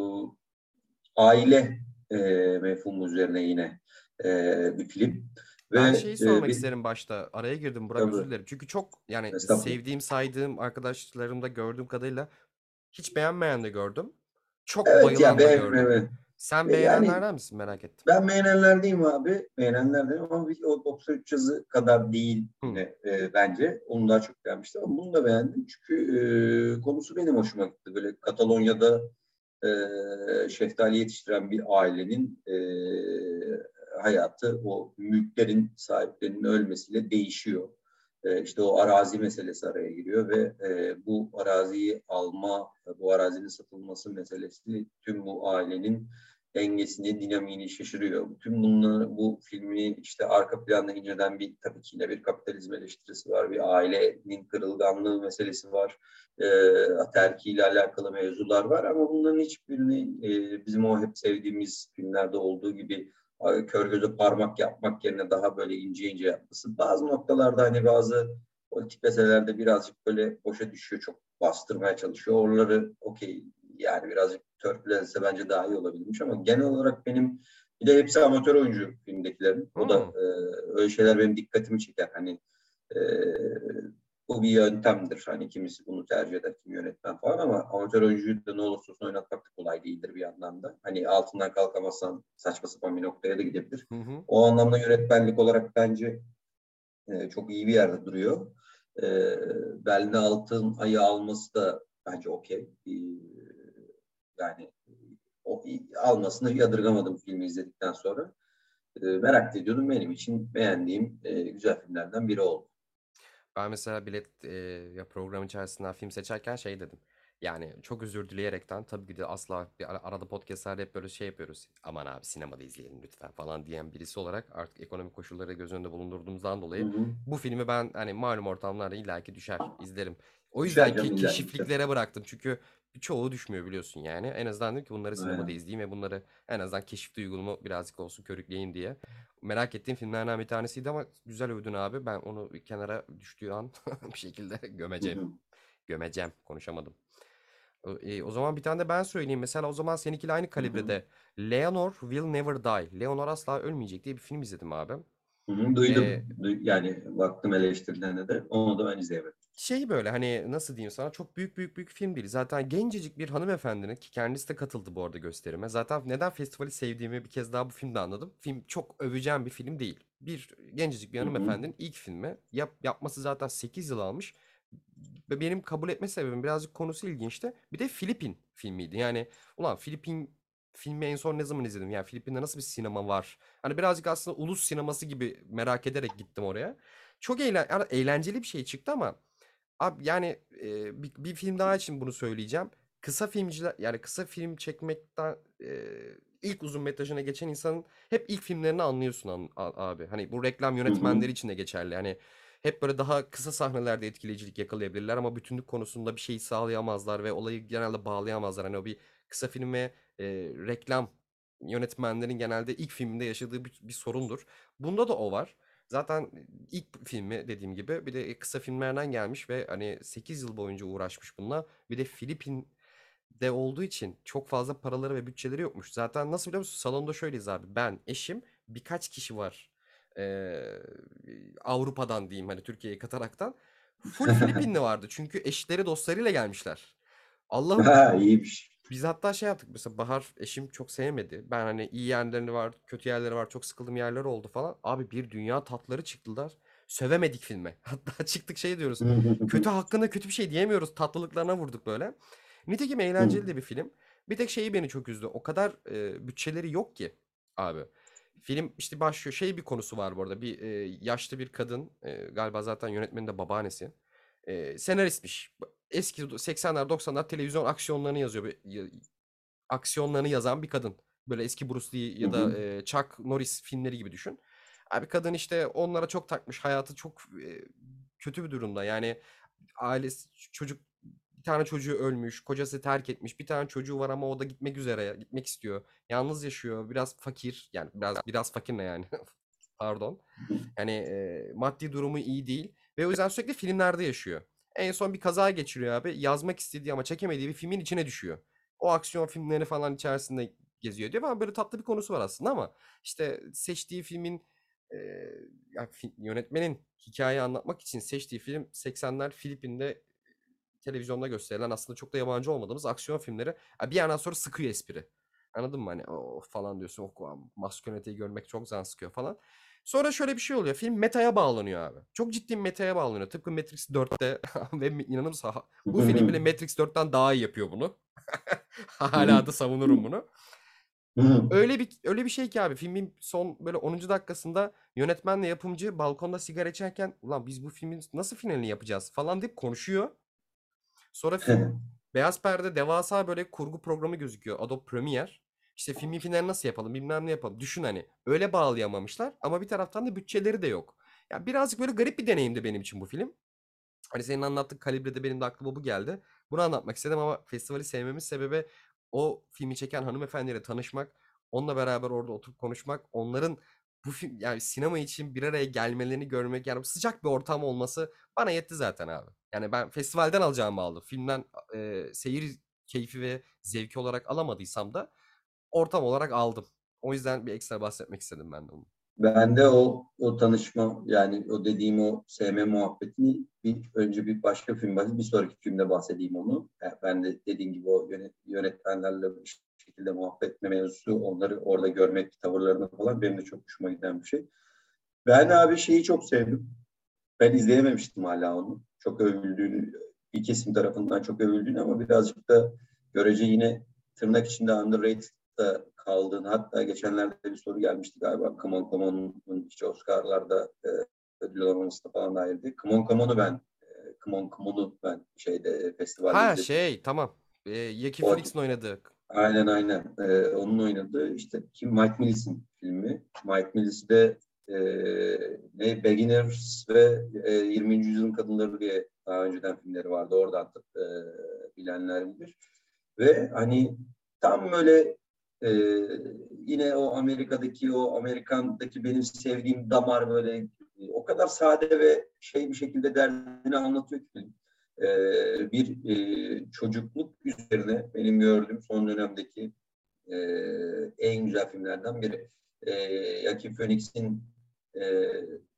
aile e, mefhumu üzerine yine e, bir film. Ve Ben şeyi e, sormak bir isterim başta. Araya girdim Burak özür tabii, dilerim. Çünkü çok yani estağfurullah. sevdiğim saydığım arkadaşlarımda gördüğüm kadarıyla hiç beğenmeyen de gördüm. Çok Evet ya, bayılan da beğendim, gördüm. evet. Sen E, yani beğenenlerden misin merak ettim. ben beğenenlerdeyim abi. Beğenenlerdeyim ama bir, o doksan üç yazı kadar değil Hı. yine e, bence. Onu daha çok beğenmiştim ama bunu da beğendim. Çünkü e, konusu benim hoşuma gitti. Böyle Katalonya'da e, şeftali yetiştiren bir ailenin e, hayatı o mülklerin sahiplerinin ölmesiyle değişiyor. E, işte o arazi meselesi araya giriyor ve e, bu araziyi alma, bu arazinin satılması meselesi tüm bu ailenin dengesini, dinamiğini şaşırıyor. Bütün bunları, bu filmi işte arka planda inceden bir, tabii ki yine bir kapitalizm eleştirisi var, bir ailenin kırılganlığı meselesi var, e, ataerkiyle alakalı mevzular var ama bunların hiçbirini e, bizim o hep sevdiğimiz filmlerde olduğu gibi kör göze parmak yapmak yerine daha böyle ince ince yapması. Bazı noktalarda hani bazı politik meselelerde birazcık böyle boşa düşüyor, çok bastırmaya çalışıyor. Oraları okey, yani birazcık törpülense bence daha iyi olabilmiş ama genel olarak benim, bir de hepsi amatör oyuncu filmdekilerin. O da Hmm. e, öyle şeyler benim dikkatimi çeker. Hani e, bu bir yöntemdir. Hani kimisi bunu tercih eder, kim yönetmen falan ama amatör oyuncuyu da ne olursa olsun oynatmak da kolay değildir bir yandan da. Hani altından kalkamazsan saçma sapan bir noktaya da gidebilir. Hı hı. O anlamda yönetmenlik olarak bence e, çok iyi bir yerde duruyor. E, Belli altın ayı alması da bence okey. E, yani o, almasını yadırgamadım filmi izledikten sonra. E, merak ediyordum. Benim için beğendiğim e, güzel filmlerden biri oldu. Ben mesela bilet e, ya program içerisinden film seçerken şey dedim. Yani çok özür dileyerekten tabii ki de asla bir ara- arada podcastlerde hep böyle şey yapıyoruz. Aman abi sinemada izleyelim lütfen falan diyen birisi olarak artık ekonomik koşulları göz önünde bulundurduğumuzdan Hı dolayı hı. bu filmi ben hani malum ortamlarda illaki düşer izlerim. O Düşer yüzden canım, ke illa ki düşer. keşifliklere bıraktım çünkü çoğu düşmüyor biliyorsun yani. En azından dedim ki bunları sinemada Aynen. izleyeyim ve bunları en azından keşif duygumu birazcık olsun körükleyin diye. Merak ettiğim filmlerden bir tanesiydi ama güzel övdün abi. Ben onu bir kenara düştüğü an bir şekilde Hı gömeceğim. hı. Gömeceğim. Konuşamadım. O, e, o zaman bir tane de ben söyleyeyim. Mesela o zaman seninkiyle aynı Hı hı. kalibrede Leonor Will Never Die. Leonor asla ölmeyecek diye bir film izledim abi. Hı hı. E, Duydum. Du- yani baktım eleştirilerine de. Onu da ben izleyemedim. Şey böyle hani nasıl diyeyim sana çok büyük büyük büyük film değil. Zaten gencecik bir hanımefendinin ki kendisi de katıldı bu arada gösterime. Zaten neden festivali sevdiğimi bir kez daha bu filmde anladım. Film çok öveceğim bir film değil. Bir gencecik bir Hı hı. hanımefendinin ilk filmi. Yap, yapması zaten sekiz yıl almış. Ve benim kabul etme sebebim birazcık konusu ilginçti. Bir de Filipin filmiydi. Yani ulan Filipin filmi en son ne zaman izledim? Yani Filipin'de nasıl bir sinema var? Hani birazcık aslında ulus sineması gibi merak ederek gittim oraya. Çok eğlen yani eğlenceli bir şey çıktı ama abi yani e, bir, bir film daha için bunu söyleyeceğim. Kısa filmciler yani kısa film çekmekten e, ilk uzun metrajına geçen insanın hep ilk filmlerini anlıyorsun an- a- abi. Hani bu reklam Hı hı. yönetmenleri için de geçerli. Hani hep böyle daha kısa sahnelerde etkileyicilik yakalayabilirler ama bütünlük konusunda bir şey sağlayamazlar ve olayı genelde bağlayamazlar. Hani o bir kısa filme e, reklam yönetmenlerin genelde ilk filminde yaşadığı bir, bir sorundur. Bunda da o var. Zaten ilk filmi dediğim gibi bir de kısa filmlerden gelmiş ve hani sekiz yıl boyunca uğraşmış bununla. Bir de Filipin'de olduğu için çok fazla paraları ve bütçeleri yokmuş. Zaten nasıl biliyor musun? Salonda şöyleyiz abi. Ben, eşim, birkaç kişi var. Ee, Avrupa'dan diyeyim hani Türkiye'ye kataraktan. Full Filipinli vardı. Çünkü eşleri dostlarıyla gelmişler. Allah'ım Ha, iyiymiş. biz hatta şey yaptık mesela Bahar eşim çok sevmedi. Ben hani iyi yerleri var, kötü yerleri var, çok sıkıldığım yerler oldu falan. Abi bir dünya tatları çıktılar. Sövemedik filme. Hatta çıktık şey diyoruz. Hı hı. Kötü hakkında kötü bir şey diyemiyoruz. Tatlılıklarına vurduk böyle. Nitekim eğlenceli de bir film. Bir tek şeyi beni çok üzdü. O kadar e, bütçeleri yok ki abi. Film işte başlıyor. Şey bir konusu var bu arada. Bir e, yaşlı bir kadın e, galiba zaten yönetmenin de babaannesi. E, senaristmiş. Eski seksenler doksanlar televizyon aksiyonlarını yazıyor. Böyle ya- aksiyonlarını yazan bir kadın. Böyle eski Bruce Lee Hı ya hı. da e, Chuck Norris filmleri gibi düşün. Abi kadın işte onlara çok takmış. Hayatı çok e, kötü bir durumda. Yani ailesi çocuk bir tane çocuğu ölmüş, kocası terk etmiş. Bir tane çocuğu var ama o da gitmek üzere, gitmek istiyor. Yalnız yaşıyor, biraz fakir. Yani biraz biraz fakir ne yani? Pardon. Yani e, maddi durumu iyi değil ve o yüzden sürekli filmlerde yaşıyor. En son bir kaza geçiriyor abi. Yazmak istediği ama çekemediği bir filmin içine düşüyor. O aksiyon filmleri falan içerisinde geziyor diyor. Ama böyle tatlı bir konusu var aslında ama işte seçtiği filmin e, yani fi- yönetmenin hikayeyi anlatmak için seçtiği film seksenler Filipin'de televizyonda gösterilen aslında çok da yabancı olmadığımız aksiyon filmleri. Ha, bir yerden sonra sıkıyor espri. Anladın mı? Hani o falan diyorsun. O masküleniteyi görmek çok can sıkıyor falan. Sonra şöyle bir şey oluyor. Film metaya bağlanıyor abi. Çok ciddi metaya bağlanıyor. Tıpkı Matrix dörtte ve inanır mısın ha- bu film bile Matrix dörtten daha iyi yapıyor bunu. Hı hı. Hala da savunurum bunu. Hı hı. Öyle bir öyle bir şey ki abi filmin son böyle onuncu dakikasında yönetmenle yapımcı balkonda sigara içerken ulan biz bu filmin nasıl finalini yapacağız falan deyip konuşuyor. Sonra film beyaz perde devasa böyle kurgu programı gözüküyor. Adobe Premiere. İşte filmi final nasıl yapalım, bilmem ne yapalım. Düşün hani. Öyle bağlayamamışlar ama bir taraftan da bütçeleri de yok. Ya birazcık böyle garip bir deneyimdi benim için bu film. Hani senin anlattığın kalibrede benim de aklıma bu geldi. Bunu anlatmak istedim ama festivali sevmemin sebebi o filmi çeken hanımefendiyle tanışmak, onunla beraber orada oturup konuşmak, onların bu film yani sinema için bir araya gelmelerini görmek, yani sıcak bir ortam olması bana yetti zaten abi. Yani ben festivalden alacağımı aldım. Filmden e, seyir keyfi ve zevki olarak alamadıysam da ortam olarak aldım. O yüzden bir ekstra bahsetmek istedim ben de onu. Ben de o o tanışma, yani o dediğim o sevme muhabbetini bir önce bir başka film bahsedeyim, bir sonraki filmde bahsedeyim onu. Yani ben de dediğim gibi o yönet, yönetmenlerle bir şekilde muhabbet etme mevzusu, onları orada görmek, tavırlarını falan benim de çok hoşuma giden bir şey. Ben abi şeyi çok sevdim. Ben izleyememiştim hala onu. Çok övüldüğünü, bir kesim tarafından çok övüldüğünü ama birazcık da görece yine tırnak içinde underrated da kaldığını, hatta geçenlerde bir soru gelmişti galiba. Come On Come On'un işte Oscar'larda e, ödül alamamasına falan dairdi. Come On Come On'u ben e, Come On Come On'u ben şeyde e, festivalde Ha izledim. şey tamam. E, Joaquin O, Phoenix'in oynadığı. aynen aynen. Ee, onun oynadığı işte kim, Mike Millis'in filmi. Mike Millis de e, ne Beginners ve e, yirminci yüzyılın kadınları diye daha önceden filmleri vardı. Oradan e, bilenler bilir. Ve hani tam böyle e, yine o Amerika'daki o Amerikan'daki benim sevdiğim damar, böyle e, o kadar sade ve şey bir şekilde derdini anlatıyor ki film. E, bir e, çocukluk üzerine benim gördüğüm son dönemdeki e, en güzel filmlerden biri. E, Joaquin Phoenix'in e,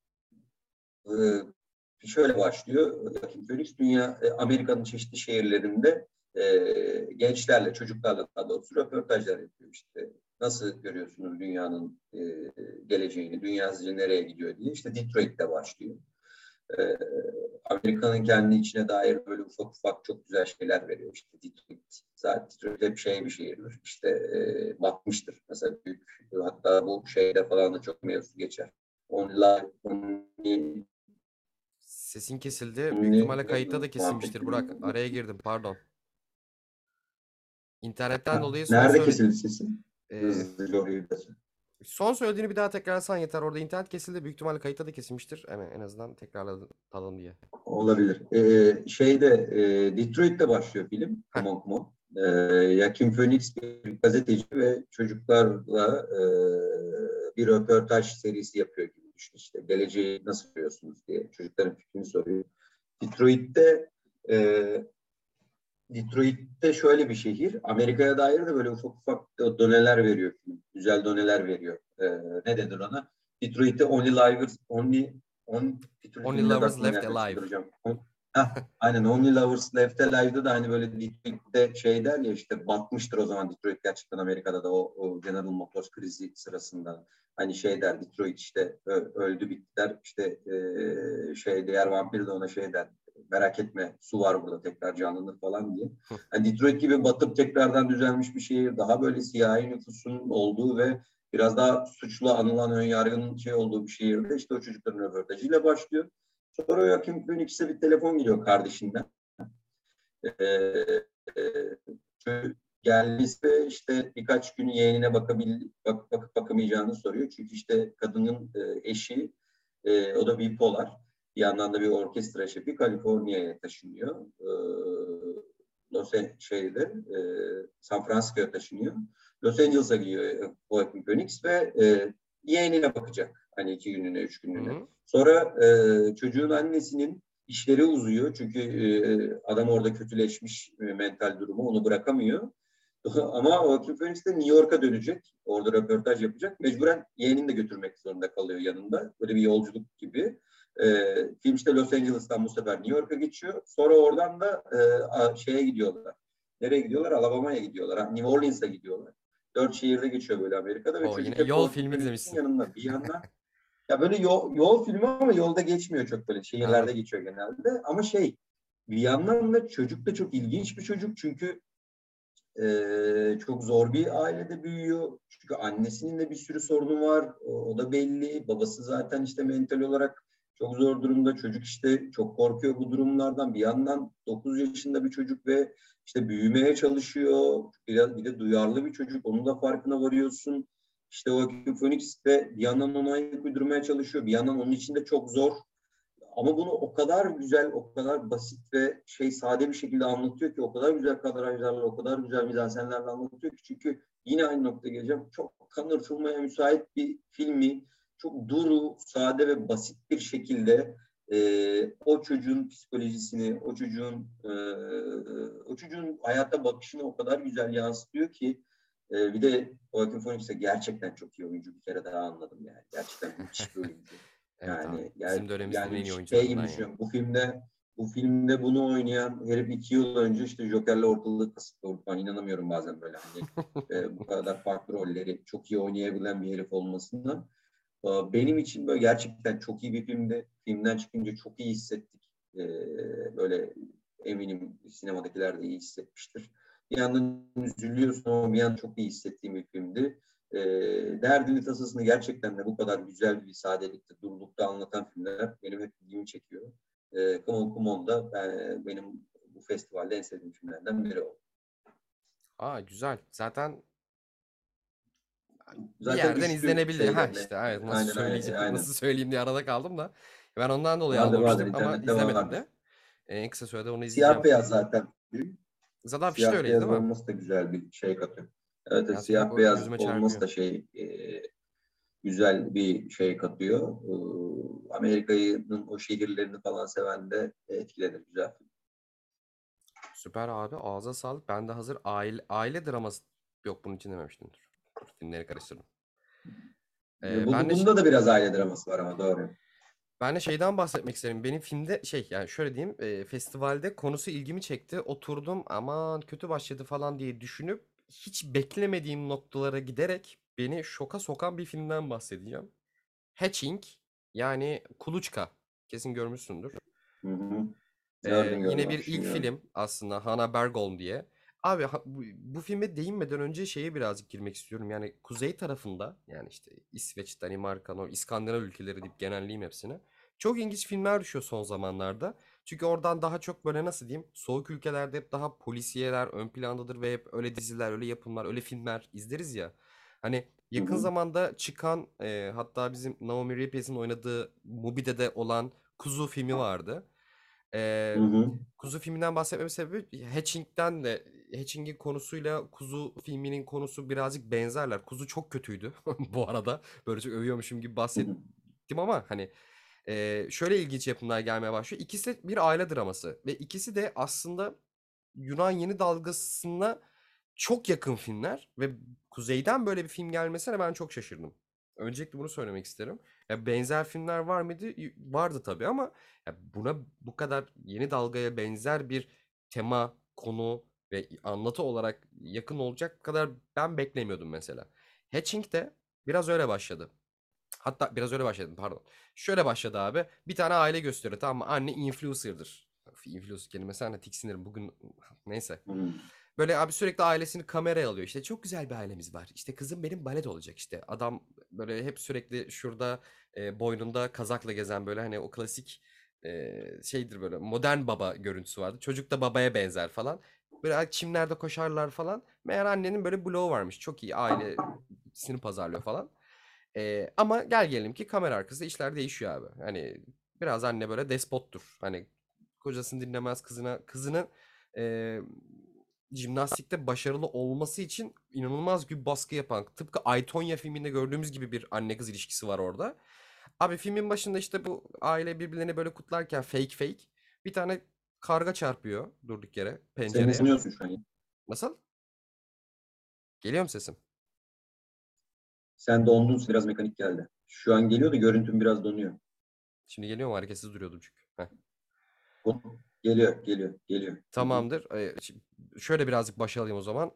e, şöyle başlıyor. Joaquin Phoenix dünya e, Amerika'nın çeşitli şehirlerinde e, gençlerle, çocuklarla daha doğrusu röportajlar yapıyor işte. Nasıl görüyorsunuz dünyanın e, geleceğini, dünya sizce nereye gidiyor diye. İşte Detroit'te başlıyor. E, Amerika'nın kendi içine dair böyle ufak ufak çok güzel şeyler veriyor. İşte Detroit, zaten Detroit hep şey bir şehirdir. İşte e, batmıştır. Mesela büyük, hatta bu şeyde falan da çok mevzu geçer. Only, only, Sesin kesildi. Büyük only ihtimalle kayıtta da kesilmiştir. Burak, muhabbetini. araya girdim. Pardon. İnternetten dolayı son Nerede söyle kesildi sesin? e, Hızlıca orayı da. son söylediğini bir daha tekrarlasan yeter. Orada internet kesildi. Büyük ihtimalle kayıtta da kesilmiştir. Hemen en azından tekrarlatalım diye. Olabilir. Ee, şeyde e, Detroit'te başlıyor film. Heh. Come On Come On. Ee, Joaquin Phoenix bir gazeteci ve çocuklarla e, bir röportaj serisi yapıyor gibi düşün. İşte geleceği nasıl görüyorsunuz diye çocukların fikrini soruyor. Detroit'te e, Detroit'te şöyle bir şehir. Amerika'ya dair de böyle ufak ufak doneler veriyor film. Güzel doneler veriyor. Ee, ne denir ona? Detroit'te Only Livers, Only on, bir türlü Only filmin adı Lovers aklıma Left gelmiyor, Alive. çıldıracağım. On, heh, aynen Only Lovers Left Alive'da da hani böyle Detroit'te şey der ya, işte batmıştır o zaman Detroit, gerçekten Amerika'da da o, o General Motors krizi sırasında. Hani şey der, Detroit işte öldü bittiler, işte e, şey diğer vampir de ona şey der, merak etme su var burada, tekrar canlanır falan diye. Yani Detroit gibi batıp tekrardan düzelmiş bir şehir, daha böyle siyahi nüfusun olduğu ve biraz daha suçlu anılan önyargının şey olduğu bir şehirde işte o çocukların röportajıyla başlıyor. Sonra Joaquin Phoenix'e bir telefon geliyor kardeşinden. Ee, e, gelmiş ve işte birkaç gün yeğenine bakabil, bak, bakıp bakamayacağını soruyor. Çünkü işte kadının e, eşi, e, o da bipolar. Bir yandan da bir orkestra şefi, Kaliforniya'ya taşınıyor. E, Los şeyde, e, San Francisco'ya taşınıyor. Los Angeles'a gidiyor Joaquin Phoenix ve e, yeğenine bakacak. Hani iki günlüğüne, üç Hı günlüğüne. hı. Sonra e, çocuğun annesinin işleri uzuyor. Çünkü e, adam orada kötüleşmiş, e, mental durumu onu bırakamıyor. Ama Joaquin Phoenix de New York'a dönecek. Orada röportaj yapacak. Mecburen yeğenini de götürmek zorunda kalıyor yanında. Böyle bir yolculuk gibi. E, film işte Los Angeles'tan bu sefer New York'a geçiyor. Sonra oradan da e, şeye gidiyorlar. Nereye gidiyorlar? Alabama'ya gidiyorlar. New Orleans'a gidiyorlar. Dört şehirde geçiyor böyle Amerika'da ve O çocuk yine hep yol Joaquin filmi Phoenix'in izlemişsin. yanında. Bir yandan ya böyle yol, yol filmi ama yolda geçmiyor çok, böyle şehirlerde Anladım. geçiyor genelde. Ama şey, bir yandan da çocuk da çok ilginç bir çocuk çünkü e, çok zor bir ailede büyüyor. Çünkü annesinin de bir sürü sorunu var. O, o da belli. Babası zaten işte mental olarak çok zor durumda. Çocuk işte çok korkuyor bu durumlardan. Bir yandan dokuz yaşında bir çocuk ve işte büyümeye çalışıyor. Biraz bir de duyarlı bir çocuk. Onun da farkına varıyorsun. İşte Joaquin Phoenix de bir yandan ona ayak uydurmaya çalışıyor. Bir yandan onun için de çok zor. Ama bunu o kadar güzel, o kadar basit ve şey sade bir şekilde anlatıyor ki, o kadar güzel kadrajlarla, o kadar güzel mizansenlerle anlatıyor ki. Çünkü yine aynı noktaya geleceğim. Çok kanırtılmaya müsait bir filmi çok duru, sade ve basit bir şekilde e, o çocuğun psikolojisini, o çocuğun e, o çocuğun hayata bakışını o kadar güzel yansıtıyor ki e, bir de Joaquin Phoenix de gerçekten çok iyi oyuncu, bir kere daha anladım yani. Gerçekten müthiş bir oyuncu. Evet abi. Yani, yani Bizim dönemimizin en yani iyi şey gibi oyuncularından ya. düşünüyorum. Bu filmde bu filmde bunu oynayan herif iki yıl önce işte Joker'le ortalığı kasıtlı. Ben inanamıyorum bazen böyle hani e, bu kadar farklı rolleri çok iyi oynayabilen bir herif olmasına. E, benim için böyle gerçekten çok iyi bir filmdi. Filmden çıkınca çok iyi hissettik. E, böyle eminim sinemadakiler de iyi hissetmiştir. Bir yandan üzülüyorsun ama bir yandan çok iyi hissettiğim bir filmdi. E, derdini tasasını gerçekten de bu kadar güzel bir sadelikte, durulukta anlatan filmler benim hep ilgimi çekiyor. E, Come On Come On da ben, benim bu festivalde en sevdiğim filmlerden biri oldu. Aa güzel. Zaten bir Zaten yerden düştü izlenebilir. Ha şeylerine. işte evet, nasıl Aynen söyleyeceğim aynen. nasıl söyleyeyim diye arada kaldım da. Ben ondan dolayı Vardır vardır, almamıştım ama internette izlemedim vardır. de. En kısa sürede onu Siyah izleyeceğim. beyaz zaten. Zaten afişte Siyah öyleydi beyaz değil mi? olması da güzel bir şey katıyor. Evet, evet, Gerçekten siyah o beyaz gözüme olması çarpıyor. da şey e, güzel bir şey katıyor. E, Amerika'nın o şehirlerini falan seven de etkilenir, güzel. Süper abi, ağza sağlık. Ben de hazır aile, aile draması yok, bunun için dememiştim. Dur. Dur, filmleri karıştırdım. Ee, ben Bu, de ş- bunda da biraz aile draması var ama doğru. ben de şeyden bahsetmek isterim. Benim filmde şey, yani şöyle diyeyim, e, festivalde konusu ilgimi çekti. Oturdum aman kötü başladı falan diye düşünüp hiç beklemediğim noktalara giderek beni şoka sokan bir filmden bahsedeceğim. Hatching, yani kuluçka. Kesin görmüşsündür. Hı hı. Ee, Gördüm yine gördüm, bir ilk düşünüyorum. film aslında, Hannah Bergholm diye. Abi ha- bu, bu filme değinmeden önce şeye birazcık girmek istiyorum. Yani kuzey tarafında, yani işte İsveç, Danimarka, Nor İskandinav ülkeleri deyip genelleyeyim hepsini. Çok ilginç filmler düşüyor son zamanlarda. Çünkü oradan daha çok böyle, nasıl diyeyim, soğuk ülkelerde hep daha polisiyeler ön plandadır ve hep öyle diziler, öyle yapımlar, öyle filmler izleriz ya. Hani Hı yakın hı. zamanda çıkan, e, hatta bizim Naomi Rapace'in oynadığı Mubi'de de olan Kuzu filmi vardı. Hı Ee, hı. Kuzu filminden bahsetmemin sebebi, Hatching'den de, Hatching'in konusuyla Kuzu filminin konusu birazcık benzerler. Kuzu çok kötüydü bu arada. Böyle çok övüyormuşum gibi Hı hı. bahsettim ama hani e, şöyle ilginç yapımlar gelmeye başlıyor. İkisi de bir aile draması ve ikisi de aslında Yunan yeni dalgasına çok yakın filmler ve Kuzey'den böyle bir film gelmesine ben çok şaşırdım. Öncelikle bunu söylemek isterim. Ya benzer filmler var mıydı? Y- Vardı tabii ama ya buna bu kadar yeni dalgaya benzer bir tema, konu ve anlatı olarak yakın olacak kadar ben beklemiyordum mesela. Hatching de biraz öyle başladı. Hatta biraz öyle başladım, pardon. Şöyle başladı abi. Bir tane aile gösteriyor, tamam mı? Anne influencer'dır. Of, influencer kelimesi, hani tiksinirim bugün. Neyse. Hı. Böyle abi sürekli ailesini kameraya alıyor. İşte çok güzel bir ailemiz var. İşte kızım benim balet olacak işte. Adam böyle hep sürekli şurada e, boynunda kazakla gezen, böyle hani o klasik e, şeydir, böyle modern baba görüntüsü vardı. Çocuk da babaya benzer falan. Böyle çimlerde koşarlar falan. Meğer annenin böyle bloğu varmış. Çok iyi ailesini pazarlıyor falan. E, ama gel gelelim ki kamera arkasında işler değişiyor abi. Hani biraz anne böyle despottur. Hani kocasını dinlemez, kızına kızının e, jimnastikte başarılı olması için inanılmaz bir baskı yapan, tıpkı Aytonya filminde gördüğümüz gibi bir anne kız ilişkisi var orada. Abi filmin başında işte bu aile birbirlerini böyle kutlarken fake fake bir tane karga çarpıyor durduk yere Sen ne pencereye. sanıyorsun şu an ya? Nasıl? Geliyor mu sesim? Sen dondun, biraz mekanik geldi. Şu an geliyor da görüntüm biraz donuyor. Şimdi geliyor mu? Hareketsiz duruyordum çünkü. Heh. Geliyor, geliyor, geliyor. Hı hı. Tamamdır. Ee, şi- şöyle birazcık başa alayım o zaman.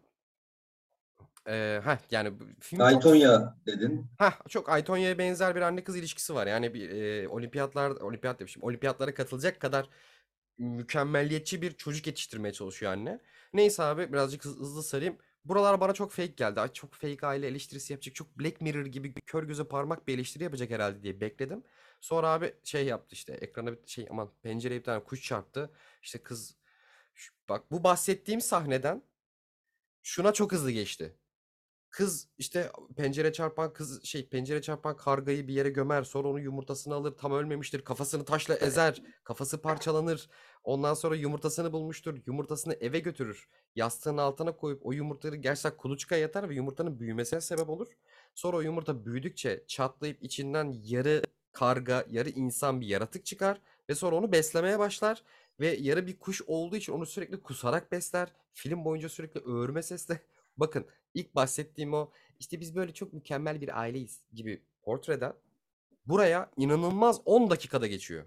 Ee, heh, yani bu film çok Aytonya dedin. heh, çok Aytonya'ya benzer bir anne kız ilişkisi var. Yani bir e, olimpiyatlar olimpiyat demişim. Olimpiyatlara katılacak kadar mükemmelliyetçi bir çocuk yetiştirmeye çalışıyor anne. Neyse abi, birazcık hız- hızlı sarayım. buralar bana çok fake geldi. Ay çok fake aile eleştirisi yapacak. Çok Black Mirror gibi kör göze parmak bir eleştiri yapacak herhalde diye bekledim. Sonra abi şey yaptı işte. Ekrana bir şey, aman pencereye bir tane kuş çarptı. İşte kız Şu- bak bu bahsettiğim sahneden şuna çok hızlı geçti. Kız işte pencere çarpan kız şey pencere çarpan kargayı bir yere gömer, sonra onun yumurtasını alır, tam ölmemiştir, kafasını taşla ezer, kafası parçalanır, ondan sonra yumurtasını bulmuştur, yumurtasını eve götürür, yastığın altına koyup o yumurtayı gerçekten kuluçkaya yatar ve yumurtanın büyümesine sebep olur. Sonra o yumurta büyüdükçe çatlayıp içinden yarı karga yarı insan bir yaratık çıkar ve sonra onu beslemeye başlar ve yarı bir kuş olduğu için onu sürekli kusarak besler, film boyunca sürekli öğürme sesle. Bakın, İlk bahsettiğim o işte biz böyle çok mükemmel bir aileyiz gibi portreden buraya inanılmaz on dakikada geçiyor.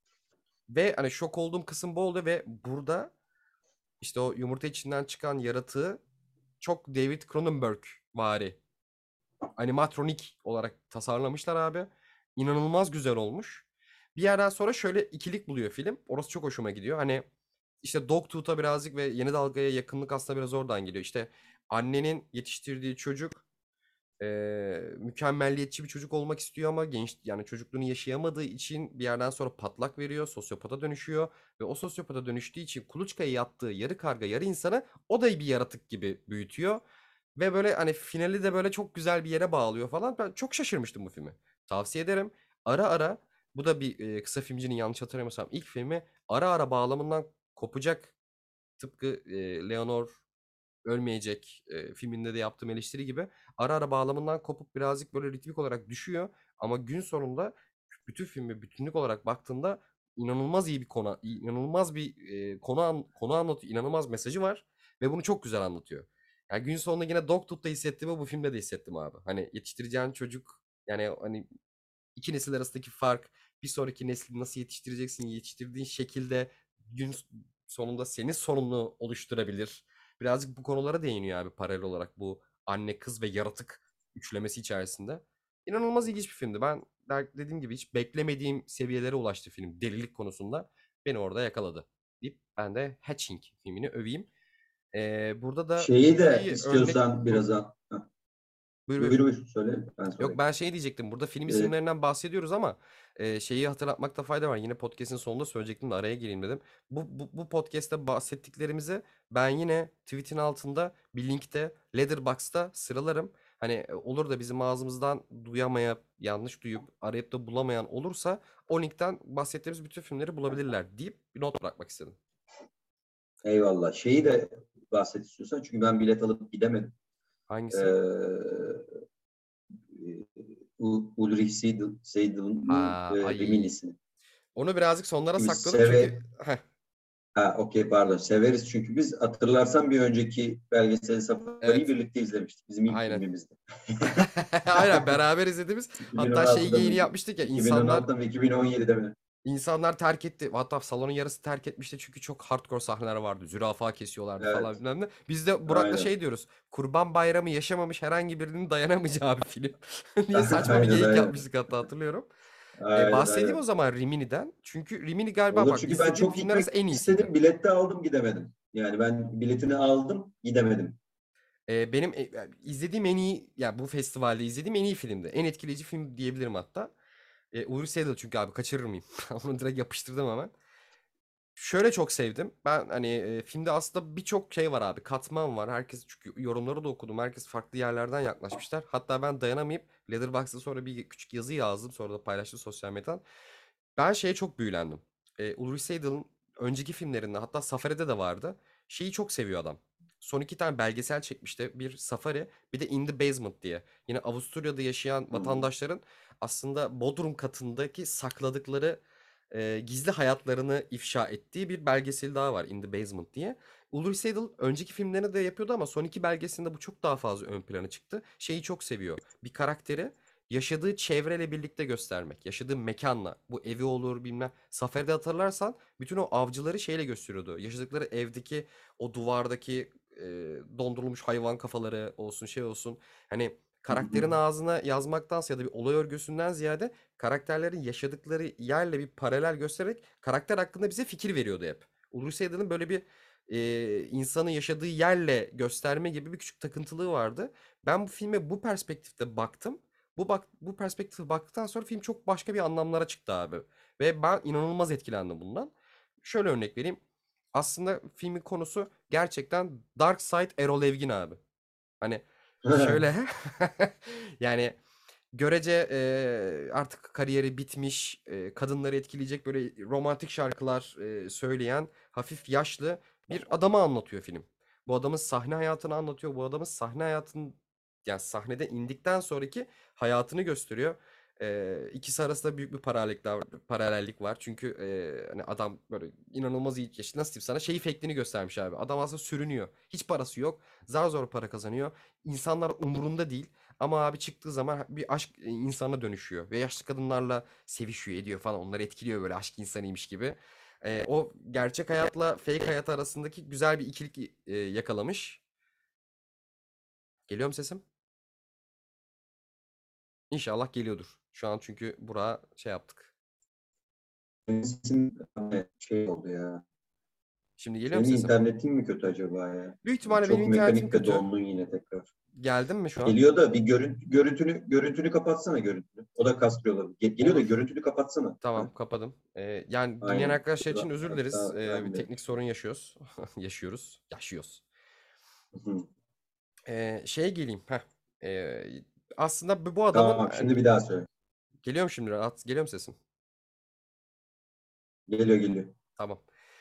Ve hani şok olduğum kısım bu oldu ve burada işte o yumurta içinden çıkan yaratığı çok David Cronenberg vari animatronik olarak tasarlamışlar abi. İnanılmaz güzel olmuş. Bir yerden sonra şöyle ikilik buluyor film. Orası çok hoşuma gidiyor. Hani işte Dogtooth'a birazcık ve Yeni Dalga'ya yakınlık aslında biraz oradan geliyor. İşte annenin yetiştirdiği çocuk eee, mükemmelliyetçi bir çocuk olmak istiyor ama genç yani çocukluğunu yaşayamadığı için bir yerden sonra patlak veriyor, sosyopata dönüşüyor ve o sosyopata dönüştüğü için kuluçkaya yattığı yarı karga yarı insanı o da bir yaratık gibi büyütüyor ve böyle hani finali de böyle çok güzel bir yere bağlıyor falan. Ben çok şaşırmıştım bu filmi. Tavsiye ederim. Ara ara bu da bir eee, kısa filmcinin yanlış hatırlamıyorsam ilk filmi ara ara bağlamından kopacak tıpkı eee, Leonor Ölmeyecek e, filminde de yaptığım eleştiri gibi ara ara bağlamından kopup birazcık böyle ritmik olarak düşüyor ama gün sonunda bütün filmi bütünlük olarak baktığında inanılmaz iyi bir konu, inanılmaz bir e, konu an- konu anlatıyor, inanılmaz mesajı var ve bunu çok güzel anlatıyor. Yani gün sonunda yine Dogtooth'ta hissettiğimi bu filmde de hissettim abi. Hani yetiştireceğin çocuk yani hani iki nesil arasındaki fark, bir sonraki nesli nasıl yetiştireceksin, yetiştirdiğin şekilde gün sonunda senin sorununu oluşturabilir. Birazcık bu konulara değiniyor abi paralel olarak bu anne, kız ve yaratık üçlemesi içerisinde. İnanılmaz ilginç bir filmdi. Ben dediğim gibi hiç beklemediğim seviyelere ulaştı film delilik konusunda. Beni orada yakaladı. Deyip ben de Hatching filmini öveyim. Ee, burada da Şeyi de şeyi örnek... istiyorsan Hı, biraz daha. buyur Buyur buyur. buyur söyle ben Yok sorayım. ben şey diyecektim. Burada film Ee, isimlerinden bahsediyoruz ama e, şeyi hatırlatmakta fayda var. Yine podcast'in sonunda söyleyecektim de araya gireyim dedim. Bu, bu, bu podcast'te bahsettiklerimizi ben yine tweet'in altında bir linkte Letterboxd'da sıralarım. Hani e, olur da bizim ağzımızdan duyamayıp yanlış duyup arayıp da bulamayan olursa o linkten bahsettiğimiz bütün filmleri bulabilirler deyip bir not bırakmak istedim. Eyvallah. Şeyi de bahset istiyorsan çünkü ben bilet alıp gidemedim. Ee, Hangisi? Ulrich Seidel, Seidel'in Aa, e, ay. Reminiscini. Onu birazcık sonlara Şimdi sakladım çünkü seve, heh, ha okey pardon severiz çünkü biz hatırlarsan bir önceki belgesel Safari'yi evet, birlikte izlemiştik. Bizim ilk aynen. filmimizdi. Aynen beraber izlediğimiz. Hatta şeyi iki bin on altıda yayını mı? yapmıştık ya insanlar iki bin on altıda mı iki bin on yedide mi? insanlar terk etti. Hatta salonun yarısı terk etmişti çünkü çok hardcore sahneler vardı. Zürafa kesiyorlardı falan Evet. bilmem ne. Biz de Burak'la Aynen. şey diyoruz. Kurban Bayramı yaşamamış herhangi birinin dayanamayacağı bir film diye saçma bir Aynen geyik aynen. yapmıştık hatta hatırlıyorum. E, Aynen bahsedeyim o aynen. zaman Rimini'den. Çünkü Rimini galiba Olur bak çünkü ben izlediğim çok filmler gitmek arasında en iyisiydi. istedim. Bilet de aldım gidemedim. Yani ben biletini aldım gidemedim. E, benim e, izlediğim en iyi yani bu festivalde izlediğim en iyi filmdi. En etkileyici film diyebilirim hatta. E, Ulrich Seidel çünkü abi kaçırır mıyım? Onu direkt yapıştırdım hemen. Şöyle çok sevdim. Ben hani e, filmde aslında birçok şey var abi. Katman var. Herkes çünkü yorumları da okudum. Herkes farklı yerlerden yaklaşmışlar. Hatta ben dayanamayıp Letterboxd'a sonra bir küçük yazı yazdım. Sonra da paylaştım sosyal medyadan. Ben şeye çok büyülendim. E, Ulrich Seidel'in önceki filmlerinde hatta Safari'de de vardı. Şeyi çok seviyor adam. Son iki tane belgesel çekmişti. Bir Safari, bir de In the Basement diye. Yine Avusturya'da yaşayan Hmm. vatandaşların aslında Bodrum katındaki sakladıkları e, gizli hayatlarını ifşa ettiği bir belgesel daha var In the Basement diye. Ulrich Seidel önceki filmlerini de yapıyordu ama son iki belgeselinde bu çok daha fazla ön plana çıktı. Şeyi çok seviyor. Bir karakteri yaşadığı çevreyle birlikte göstermek. Yaşadığı mekanla. Bu evi olur bilmem. Safari'de hatırlarsan bütün o avcıları şeyle gösteriyordu. Yaşadıkları evdeki o duvardaki e, dondurulmuş hayvan kafaları olsun şey olsun. Hani Hı hı. karakterin ağzına yazmaktansa ya da bir olay örgüsünden ziyade karakterlerin yaşadıkları yerle bir paralel göstererek karakter hakkında bize fikir veriyordu hep. Ulrich Seidel'in böyle bir e, insanı yaşadığı yerle gösterme gibi bir küçük takıntılığı vardı. Ben bu filme bu perspektifte baktım. Bu bak bu perspektife baktıktan sonra film çok başka bir anlamlara çıktı abi. Ve ben inanılmaz etkilendim bundan. Şöyle örnek vereyim. Aslında filmin konusu gerçekten Dark Side Erol Evgin abi. Hani şöyle yani görece e, artık kariyeri bitmiş, e, kadınları etkileyecek böyle romantik şarkılar e, söyleyen hafif yaşlı bir adamı anlatıyor film. Bu adamın sahne hayatını anlatıyor. Bu adamın sahne hayatının yani sahnede indikten sonraki hayatını gösteriyor. E, ikisi arasında büyük bir paralellik var, paralellik var. Çünkü e, hani adam böyle inanılmaz iyi, işte nasıl diyeyim sana, şeyi fake'liğini göstermiş abi. Adam aslında sürünüyor. Hiç parası yok. Zar zor para kazanıyor. İnsanlar umurunda değil. Ama abi çıktığı zaman bir aşk e, insana dönüşüyor. Ve yaşlı kadınlarla sevişiyor ediyor falan. Onları etkiliyor böyle aşk insanıymış gibi. Ee, o gerçek hayatla fake hayat arasındaki güzel bir ikilik e, yakalamış. Geliyor mu sesim? İnşallah geliyordur. Şu an çünkü Burak'a şey yaptık. Sesin hani şey oldu ya. Şimdi geliyor mu Senin sesim? internetin mi kötü acaba ya? Büyük ihtimalle benim Çok internetim mekanik ve kötü. dondun yine tekrar. Geldim mi şu an? Geliyor da bir görüntü, görüntünü görüntünü kapatsana görüntünü. O da kastırıyor olabilir. Ge- Geliyor da Olur. görüntünü kapatsana. Ha, Tamam, kapadım. Ee, yani dinleyen aynen. arkadaşlar için Ra- özür dileriz. Hatta Ee, bir ben de. teknik sorun yaşıyoruz. Yaşıyoruz. Yaşıyoruz. Hı. Ee, şeye geleyim. Heh. Ee, aslında bu bu adamın Tamam, hani şimdi bir daha söyle. geliyor mu şimdi rahat? Geliyor mu sesim? Geliyor geliyor. Tamam.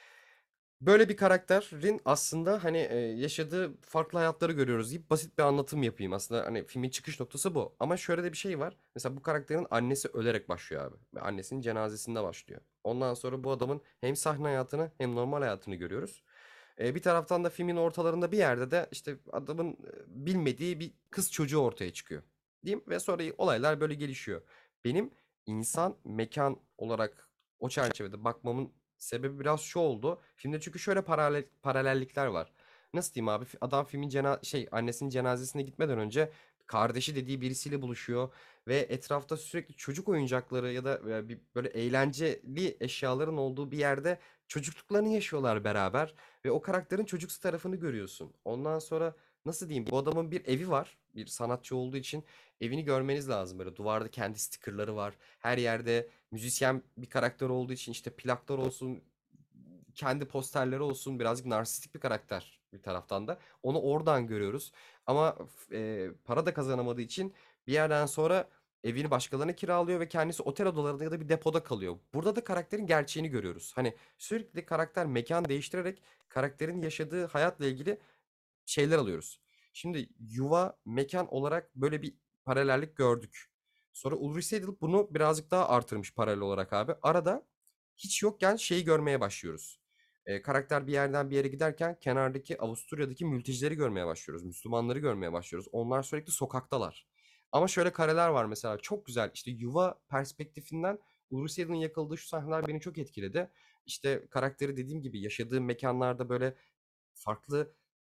Böyle bir karakterin aslında hani e, yaşadığı farklı hayatları görüyoruz deyip basit bir anlatım yapayım. Aslında hani filmin çıkış noktası bu. Ama şöyle de bir şey var. Mesela bu karakterin annesi ölerek başlıyor abi. Ve annesinin cenazesinde başlıyor. Ondan sonra bu adamın hem sahne hayatını hem normal hayatını görüyoruz. E, bir taraftan da filmin ortalarında bir yerde de işte adamın e, bilmediği bir kız çocuğu ortaya çıkıyor. Diyeyim ve sonra olaylar böyle gelişiyor. Benim insan mekan olarak o çerçevede bakmamın sebebi biraz şu oldu. Filmde çünkü şöyle paralel, paralellikler var. Nasıl diyeyim abi? Adam filmin cena şey annesinin cenazesine gitmeden önce kardeşi dediği birisiyle buluşuyor ve etrafta sürekli çocuk oyuncakları ya da e, bir böyle eğlenceli eşyaların olduğu bir yerde çocukluklarını yaşıyorlar beraber ve o karakterin çocuksu tarafını görüyorsun. Ondan sonra nasıl diyeyim? Bu adamın bir evi var. Bir sanatçı olduğu için evini görmeniz lazım. Böyle duvarda kendi stickerları var. Her yerde müzisyen bir karakter olduğu için işte plaklar olsun, kendi posterleri olsun, birazcık narsistik bir karakter bir taraftan da. Onu oradan görüyoruz. Ama e, para da kazanamadığı için bir yerden sonra evini başkalarına kiralıyor ve kendisi otel odalarında ya da bir depoda kalıyor. Burada da karakterin gerçeğini görüyoruz. Hani sürekli karakter mekan değiştirerek karakterin yaşadığı hayatla ilgili şeyler alıyoruz. Şimdi yuva, mekan olarak böyle bir paralellik gördük. Sonra Ulrich Seidel bunu birazcık daha artırmış paralel olarak abi. Arada hiç yokken şeyi görmeye başlıyoruz. Ee, karakter bir yerden bir yere giderken kenardaki Avusturya'daki mültecileri görmeye başlıyoruz. Müslümanları görmeye başlıyoruz. Onlar sürekli sokaktalar. Ama şöyle kareler var mesela çok güzel. İşte yuva perspektifinden Ulrich Seidel'in yakaladığı şu sahneler beni çok etkiledi. İşte karakteri dediğim gibi yaşadığı mekanlarda böyle farklı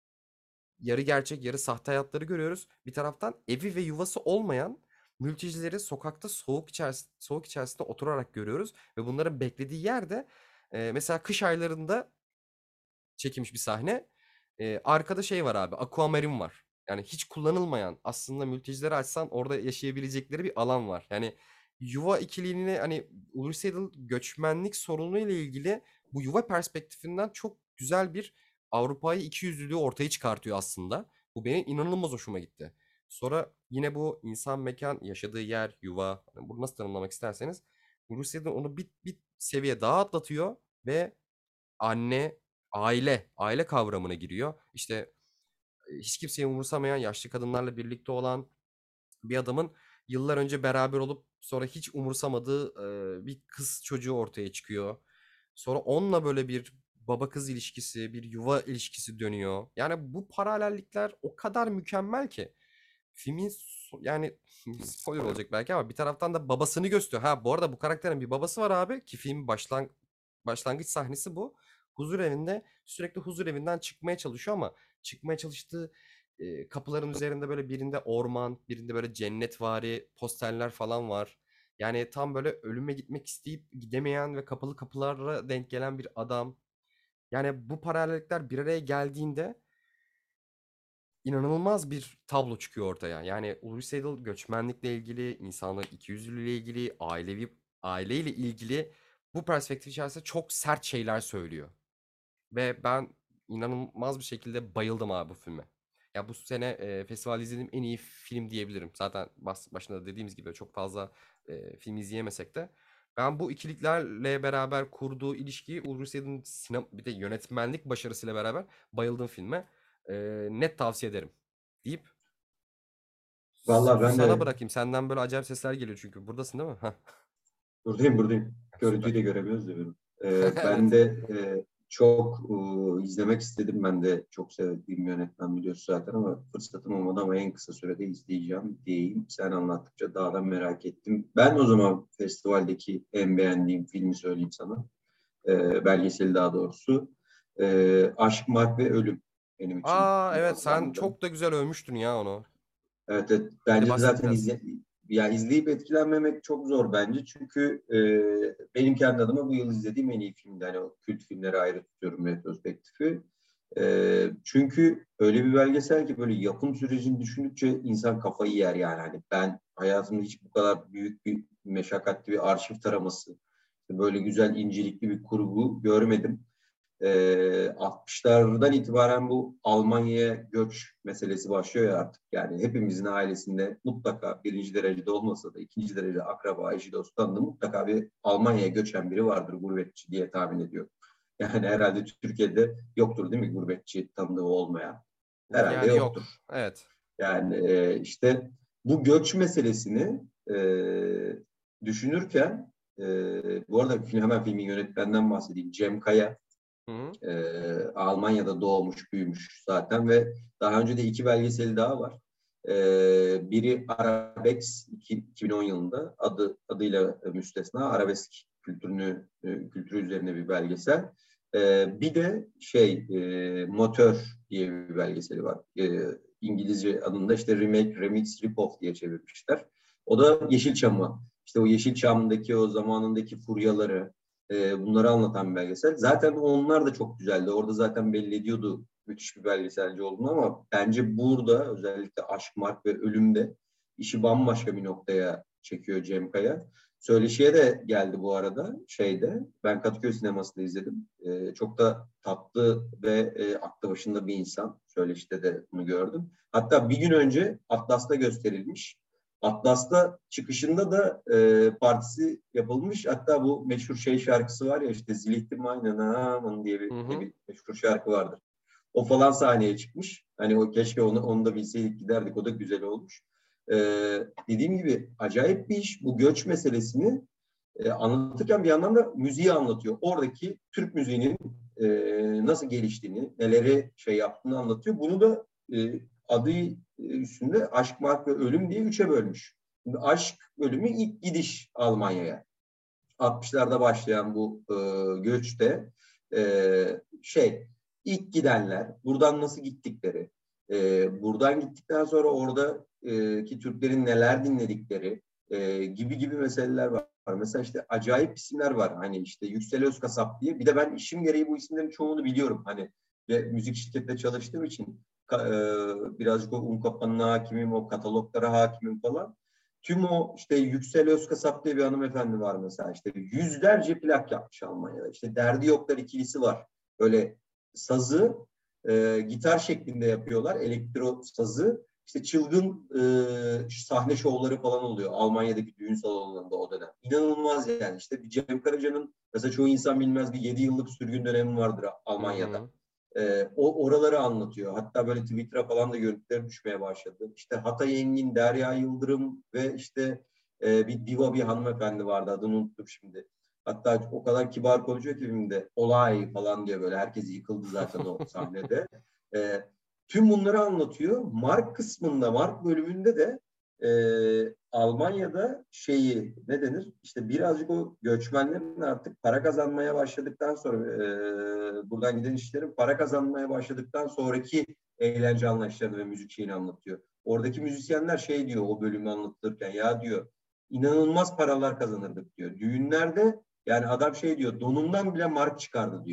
yarı gerçek, yarı sahte hayatları görüyoruz. Bir taraftan evi ve yuvası olmayan mültecileri sokakta soğuk içerisinde, soğuk içerisinde oturarak görüyoruz ve bunların beklediği yerde e, mesela kış aylarında çekilmiş bir sahne. E, arkada şey var abi, aquamarine var. Yani hiç kullanılmayan, aslında mültecileri açsan orada yaşayabilecekleri bir alan var. Yani yuva ikiliğini hani Ulrich Seidel göçmenlik sorunu ile ilgili bu yuva perspektifinden çok güzel bir Avrupa'yı ikiyüzlülüğü ortaya çıkartıyor aslında. Bu benim inanılmaz hoşuma gitti. Sonra yine bu insan mekan yaşadığı yer, yuva, hani bunu nasıl tanımlamak isterseniz Ulrich Seidel onu bir, bir seviye daha atlatıyor ve anne, aile, aile kavramına giriyor. İşte e, hiç kimseyi umursamayan, yaşlı kadınlarla birlikte olan bir adamın yıllar önce beraber olup sonra hiç umursamadığı e, bir kız çocuğu ortaya çıkıyor. Sonra onunla böyle bir baba kız ilişkisi, bir yuva ilişkisi dönüyor. Yani bu paralellikler o kadar mükemmel ki. Filmin so- yani spoiler olacak belki ama bir taraftan da babasını gösteriyor. Ha bu arada bu karakterin bir babası var abi ki film başlan başlangıç sahnesi bu. Huzur evinde sürekli huzur evinden çıkmaya çalışıyor ama çıkmaya çalıştığı e, kapıların üzerinde böyle birinde orman, birinde böyle cennetvari posterler falan var. Yani tam böyle ölüme gitmek isteyip gidemeyen ve kapalı kapılara denk gelen bir adam. Yani bu paralellikler bir araya geldiğinde inanılmaz bir tablo çıkıyor ortaya. Yani Ulrich Seidel göçmenlikle ilgili, insanların ikiyüzlülüğüyle ilgili, ailevi aileyle ilgili bu perspektif içerisinde çok sert şeyler söylüyor. Ve ben inanılmaz bir şekilde bayıldım abi bu filme. Ya bu sene e, festival izlediğim en iyi film diyebilirim. Zaten bas, başında da dediğimiz gibi çok fazla e, film izleyemesek de. Ben bu ikiliklerle beraber kurduğu ilişkiyi Ulrich Seidel'in sinem bir de yönetmenlik başarısıyla beraber bayıldığım filme e, net tavsiye ederim. Deyip Vallahi sözü ben sana de bırakayım. Senden böyle acayip sesler geliyor çünkü. Buradasın değil mi? Hah, buradayım buradayım. Görüntüyü de süper. göremiyoruz da benim. Ee, ben Evet. de e, çok e, izlemek istedim. Ben de çok sevdiğim yönetmen biliyorsun zaten ama fırsatım olmadı ama en kısa sürede izleyeceğim diyeyim. Sen anlattıkça daha da merak ettim. Ben o zaman festivaldeki en beğendiğim filmi söyleyeyim sana. Ee, belgeseli daha doğrusu. Ee, Aşk, Mark ve Ölüm benim için Aa evet, sen muazzamdı. çok da güzel övmüştün ya onu. Evet, evet. Hadi Bence bahset zaten biraz. izle, ya izleyip etkilenmemek çok zor bence. Çünkü e, benim kendi adıma bu yıl izlediğim en iyi filmdi. Hani o kült filmleri ayrı tutuyorum retrospektifi. E, çünkü öyle bir belgesel ki böyle yapım sürecini düşündükçe insan kafayı yer yani. Hani ben hayatımda hiç bu kadar büyük bir meşakkatli bir arşiv taraması, böyle güzel incelikli bir kurgu görmedim. e, altmışlardan itibaren bu Almanya'ya göç meselesi başlıyor ya artık. Yani hepimizin ailesinde mutlaka birinci derecede olmasa da ikinci derecede akraba, eşi, dost tanıdığı mutlaka bir Almanya'ya göçen biri vardır gurbetçi diye tahmin ediyorum. Yani herhalde Türkiye'de yoktur değil mi gurbetçi tanıdığı olmayan? Herhalde Yani yoktur. yok. Evet. Yani e, işte bu göç meselesini e, düşünürken e, bu arada film, hemen filmin yönetmenden bahsedeyim. Cem Kaya. Hı hı. E, Almanya'da doğmuş, büyümüş zaten ve daha önce de iki belgeseli daha var. E, biri Arabex iki bin on yılında adı adıyla müstesna arabesk kültürünü e, kültürü üzerine bir belgesel. E, bir de şey e, Motor diye bir belgeseli var. E, İngilizce adında işte remake, remix, rip-off diye çevirmişler. O da Yeşilçam'ı. İşte o Yeşilçam'daki o zamanındaki furyaları, e, bunları anlatan bir belgesel. Zaten onlar da çok güzeldi. Orada zaten belli ediyordu müthiş bir belgeselci olduğunu ama bence burada özellikle Aşk, Mark ve Ölüm'de işi bambaşka bir noktaya çekiyor Cem Kaya. Söyleşiye de geldi bu arada şeyde. Ben Kadıköy sinemasında izledim. E, çok da tatlı ve e, aklı başında bir insan. Söyleşide de bunu gördüm. Hatta bir gün önce Atlas'ta gösterilmiş. Atlas'ta çıkışında da e, partisi yapılmış. Hatta bu meşhur şey şarkısı var ya işte Zilihtim aynen aman diye bir, Hı diye hı. bir meşhur şarkı vardır. O falan sahneye çıkmış. Hani o keşke onu, onu da bilseydik giderdik. O da güzel olmuş. E, dediğim gibi acayip bir iş. Bu göç meselesini e, anlatırken bir yandan da müziği anlatıyor. Oradaki Türk müziğinin e, nasıl geliştiğini, neleri şey yaptığını anlatıyor. Bunu da e, adı üstünde Aşk, Mark ve Ölüm diye üçe bölmüş. Şimdi aşk bölümü ilk gidiş Almanya'ya. altmışlarda başlayan bu e, göçte e, şey ilk gidenler, buradan nasıl gittikleri, e, buradan gittikten sonra oradaki Türklerin neler dinledikleri e, gibi gibi meseleler var. Mesela işte acayip isimler var. Hani işte Yüksel Özkasap diye. Bir de ben işim gereği bu isimlerin çoğunu biliyorum. Hani ve müzik şirketinde çalıştığım için e, birazcık o un kapanına hakimim, o kataloglara hakimim falan. Tüm o işte Yüksel Özkasap diye bir hanımefendi var mesela işte yüzlerce plak yapmış Almanya'da. İşte Derdi Yoklar ikilisi var. Böyle sazı e, gitar şeklinde yapıyorlar. Elektro sazı. İşte çılgın e, sahne şovları falan oluyor Almanya'daki düğün salonlarında o dönem. İnanılmaz yani. İşte bir Cem Karaca'nın mesela çoğu insan bilmez bir yedi yıllık sürgün dönemi vardır Hı Almanya'da. hı. E, o oraları anlatıyor. Hatta böyle Twitter'a falan da görüntüler düşmeye başladı. İşte Hatay Engin, Derya Yıldırım ve işte e, bir diva bir hanımefendi vardı. Adını unuttum şimdi. Hatta o kadar kibar konuşuyor ki filmde. Olay falan diyor böyle. Herkes yıkıldı zaten o sahnede. E, tüm bunları anlatıyor. Mark kısmında, Mark bölümünde de e, Almanya'da şeyi ne denir? İşte birazcık o göçmenlerin artık para kazanmaya başladıktan sonra e, buradan giden işlerin para kazanmaya başladıktan sonraki eğlence anlayışlarını ve müzik şeyini anlatıyor. Oradaki müzisyenler şey diyor o bölümü anlatırken ya diyor inanılmaz paralar kazanırdık diyor. Düğünlerde yani adam şey diyor donumdan bile mark çıkardı diyor.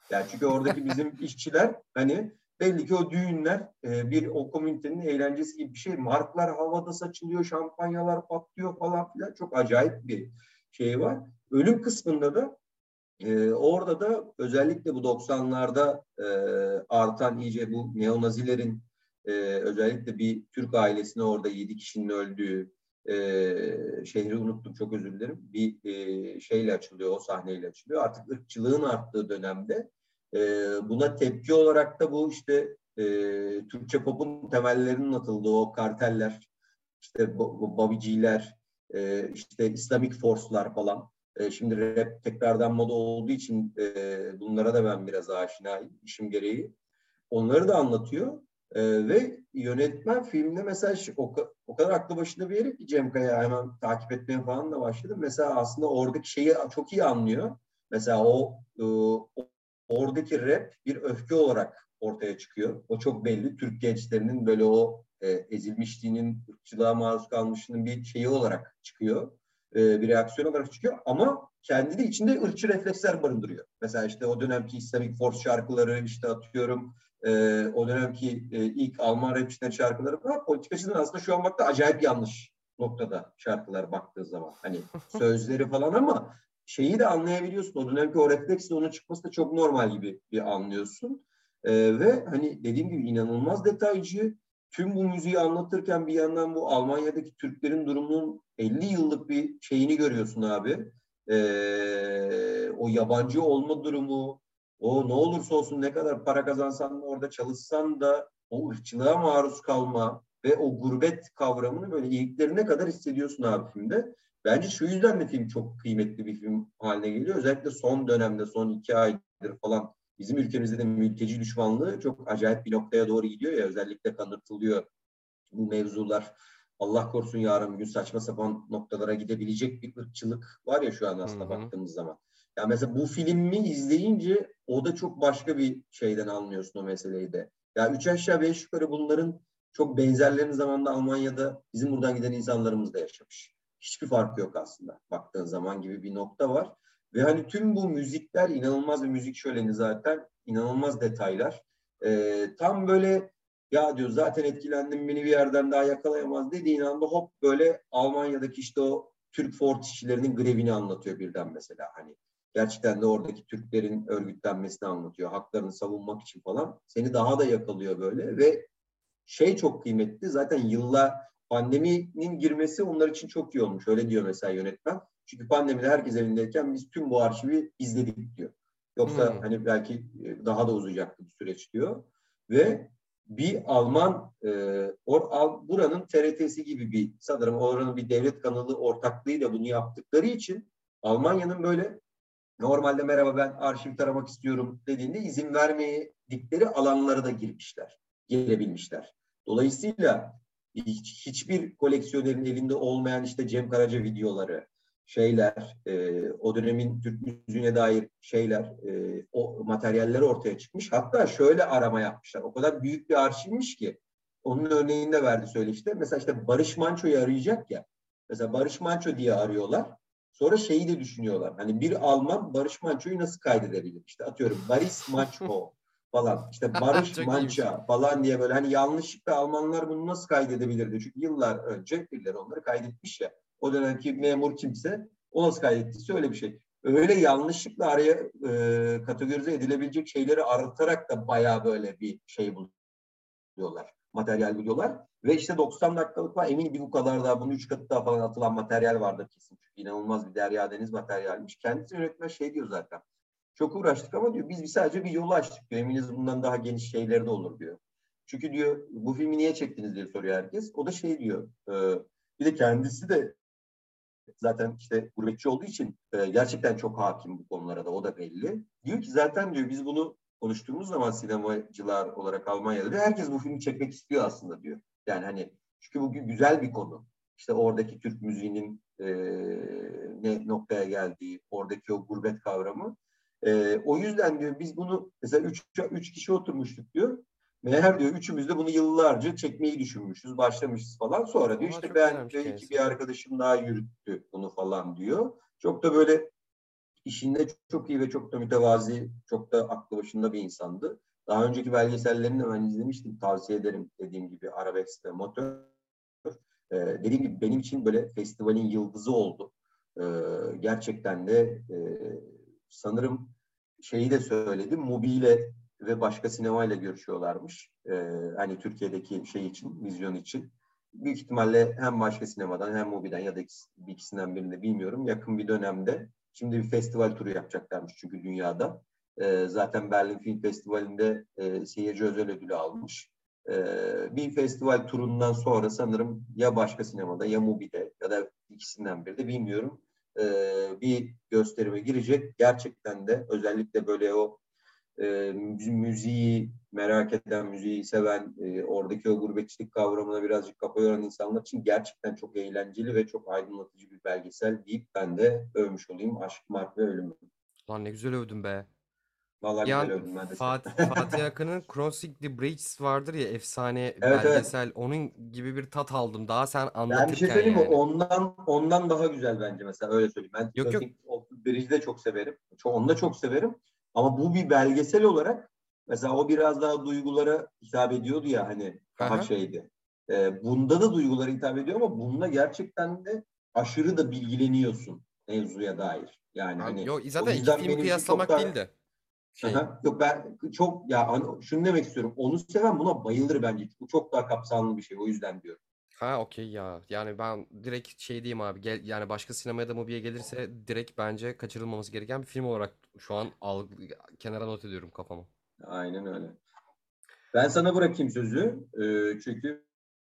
Yani çünkü oradaki bizim işçiler hani belli ki o düğünler e, bir o komünitenin eğlencesi gibi bir şey. Marklar havada saçılıyor, şampanyalar patlıyor falan filan. Çok acayip bir şey var. Ölüm kısmında da e, orada da özellikle bu doksanlarda e, artan iyice bu neonazilerin e, özellikle bir Türk ailesine orada yedi kişinin öldüğü e, şehri unuttum çok özür dilerim. Bir e, şeyle açılıyor, o sahneyle açılıyor. Artık ırkçılığın arttığı dönemde e, buna tepki olarak da bu işte e, Türkçe pop'un temellerinin atıldığı o karteller, işte Babiciler, e, işte Islamic Force'lar falan. E, şimdi rap tekrardan moda olduğu için e, bunlara da ben biraz aşinayım işim gereği. Onları da anlatıyor. E, ve yönetmen filmde mesela o, o kadar aklı başında bir yere ki Cem Kaya hemen takip etmeye falan da başladım. Mesela aslında oradaki şeyi çok iyi anlıyor. Mesela o, e, o oradaki rap bir öfke olarak ortaya çıkıyor. O çok belli. Türk gençlerinin böyle o e, ezilmişliğinin, ırkçılığa maruz kalmışlığının bir şeyi olarak çıkıyor. E, bir reaksiyon olarak çıkıyor. Ama kendi de içinde ırkçı refleksler barındırıyor. Mesela işte o dönemki Islamic Force şarkıları, işte atıyorum e, o dönemki e, ilk Alman rapçilerin şarkıları var. Politikacıların aslında şu an bakta acayip yanlış noktada şarkılar baktığı zaman. Hani sözleri falan ama şeyi de anlayabiliyorsun. O dönemki o refleksle onun çıkması da çok normal gibi bir anlıyorsun. Ee, ve hani dediğim gibi inanılmaz detaycı. Tüm bu müziği anlatırken bir yandan bu Almanya'daki Türklerin durumunun elli yıllık bir şeyini görüyorsun abi. Ee, o yabancı olma durumu, o ne olursa olsun ne kadar para kazansan da orada çalışsan da o ırkçılığa maruz kalma ve o gurbet kavramını böyle iliklerine kadar hissediyorsun abi filmde. Bence şu yüzden de film çok kıymetli bir film haline geliyor. Özellikle son dönemde, son iki aydır falan bizim ülkemizde de mülteci düşmanlığı çok acayip bir noktaya doğru gidiyor ya. Özellikle kanıtılıyor bu mevzular. Allah korusun yarın bir gün saçma sapan noktalara gidebilecek bir ırkçılık var ya şu an Hı aslında hı. baktığımız zaman. Ya mesela bu filmi izleyince o da çok başka bir şeyden anlıyorsun o meseleyi de. Ya üç aşağı beş yukarı bunların çok benzerlerini zamanında Almanya'da bizim buradan giden insanlarımız da yaşamış. Hiçbir farkı yok aslında baktığın zaman gibi bir nokta var. Ve hani tüm bu müzikler inanılmaz bir müzik şöleni zaten. İnanılmaz detaylar. Ee, tam böyle ya diyor zaten etkilendim beni bir yerden daha yakalayamaz dediğin anda hop böyle Almanya'daki işte o Türk Ford işçilerinin grevini anlatıyor birden mesela. Hani gerçekten de oradaki Türklerin örgütlenmesini anlatıyor. Haklarını savunmak için falan. Seni daha da yakalıyor böyle ve şey çok kıymetli. Zaten yıllar pandeminin girmesi onlar için çok iyi olmuş. Öyle diyor mesela yönetmen. Çünkü pandemide herkes evindeyken biz tüm bu arşivi izledik diyor. Yoksa Hmm. hani belki daha da uzayacaktı bir süreç diyor. Ve bir Alman e, or, buranın T R T'si gibi bir sanırım oranın bir devlet kanalı ortaklığıyla bunu yaptıkları için Almanya'nın böyle normalde merhaba ben arşiv taramak istiyorum dediğinde izin vermedikleri alanlara da girmişler, girebilmişler. Dolayısıyla hiç, hiçbir koleksiyonerin elinde olmayan işte Cem Karaca videoları, şeyler, e, o dönemin Türk müziğine dair şeyler, e, o materyaller ortaya çıkmış. Hatta şöyle arama yapmışlar. O kadar büyük bir arşivmiş ki. Onun örneğini de verdi söyle işte. Mesela işte Barış Manço'yu arayacak ya. Mesela Barış Manço diye arıyorlar. Sonra şeyi de düşünüyorlar. Hani bir Alman Barış Manço'yu nasıl kaydedebilir? İşte atıyorum Boris Manço falan. İşte Barış Çok iyiymiş. Mança falan diye böyle hani yanlışlıkla Almanlar bunu nasıl kaydedebilirdi? Çünkü yıllar önce birileri onları kaydetmiş ya. O dönemki memur kimse o nasıl kaydettiyse öyle bir şey. Öyle yanlışlıkla araya e, kategorize edilebilecek şeyleri aratarak da bayağı böyle bir şey buluyorlar. Materyal buluyorlar. Ve işte doksan dakikalık var. Eminim bir bu kadar daha bunun üç katı daha falan atılan materyal vardır kesin. Çünkü inanılmaz bir derya deniz materyalmiş. Kendisi yönetmen şey diyor zaten. Çok uğraştık ama diyor biz sadece bir yolu açtık diyor. Eminiz bundan daha geniş şeyleri de olur diyor. Çünkü diyor bu filmi niye çektiniz diye soruyor herkes. O da şey diyor. E, bir de kendisi de zaten işte gurbetçi olduğu için e, gerçekten çok hakim bu konulara da o da belli. Diyor ki zaten diyor biz bunu konuştuğumuz zaman sinemacılar olarak Almanya'da diyor, herkes bu filmi çekmek istiyor aslında diyor. Yani hani çünkü bu güzel bir konu. İşte oradaki Türk müziğinin e, ne noktaya geldiği, oradaki o gurbet kavramı. E, o yüzden diyor biz bunu mesela üç, üç kişi oturmuştuk diyor. Meğer diyor üçümüz de bunu yıllarca çekmeyi düşünmüşüz, başlamışız falan. Sonra diyor Oha, işte çok ben güzelmiş ve iki hikayesi. bir arkadaşım daha yürüttü bunu falan diyor. Çok da böyle işinde çok iyi ve çok da mütevazi, çok da aklı başında bir insandı. Daha önceki belgesellerini de ben izlemiştim. Tavsiye ederim, dediğim gibi Arabesk ve Motor. Ee, dediğim gibi benim için böyle festivalin yıldızı oldu. Ee, gerçekten de e, sanırım şeyi de söyledim. Mubi ile ve başka sinemayla görüşüyorlarmış. Ee, hani Türkiye'deki şey için, vizyon için. Büyük ihtimalle hem başka sinemadan hem Mubi'den ya da ikisi, bir ikisinden birinde bilmiyorum. Yakın bir dönemde şimdi bir festival turu yapacaklarmış çünkü dünyada. Ee, zaten Berlin Film Festivali'nde e, seyirci özel ödülü almış. Ee, bir festival turundan sonra sanırım ya başka sinemada ya Mubi'de ya da ikisinden biri de bilmiyorum. Ee, bir gösterime girecek. Gerçekten de özellikle böyle o e, müziği merak eden, müziği seven, e, oradaki o gurbetçilik kavramına birazcık kafa yoran insanlar için gerçekten çok eğlenceli ve çok aydınlatıcı bir belgesel deyip ben de övmüş olayım. Aşk, Mark ve Ölüm. Lan ne güzel övdün be. Vallahi Bir güzel an övdüm, ben de severim. Fatih, Fatih Akın'ın Crossing the Bridges vardır ya, efsane Evet, evet. belgesel. Onun gibi bir tat aldım daha sen Ben bir şey anlatırken söyleyeyim mi? yani. Ondan ondan daha güzel bence, mesela öyle söyleyeyim. Ben Yok yok. Crossing of the Bridge'i de çok severim. Çok, onu da çok severim. Ama bu bir belgesel olarak mesela o biraz daha duygulara hitap ediyordu ya, hani daha Haha. şeydi. Ee, bunda da duygulara hitap ediyor ama bunda gerçekten de aşırı da bilgileniyorsun mevzuya dair. Yani Abi, hani yok o zaten iki yüzden filmi benim için çok kıyaslamak değil da. de şey. Aha. Yok, ben çok ya hani şunu demek istiyorum. Onu seven buna bayılır bence. Bu çok daha kapsamlı bir şey. O yüzden diyorum. Ha okey ya. Yani ben direkt şey diyeyim abi. Gel, yani başka sinemaya da Mubi'ye gelirse direkt bence kaçırılmaması gereken bir film olarak şu an al, kenara not ediyorum kafama. Aynen öyle. Ben sana bırakayım sözü. Ee, çünkü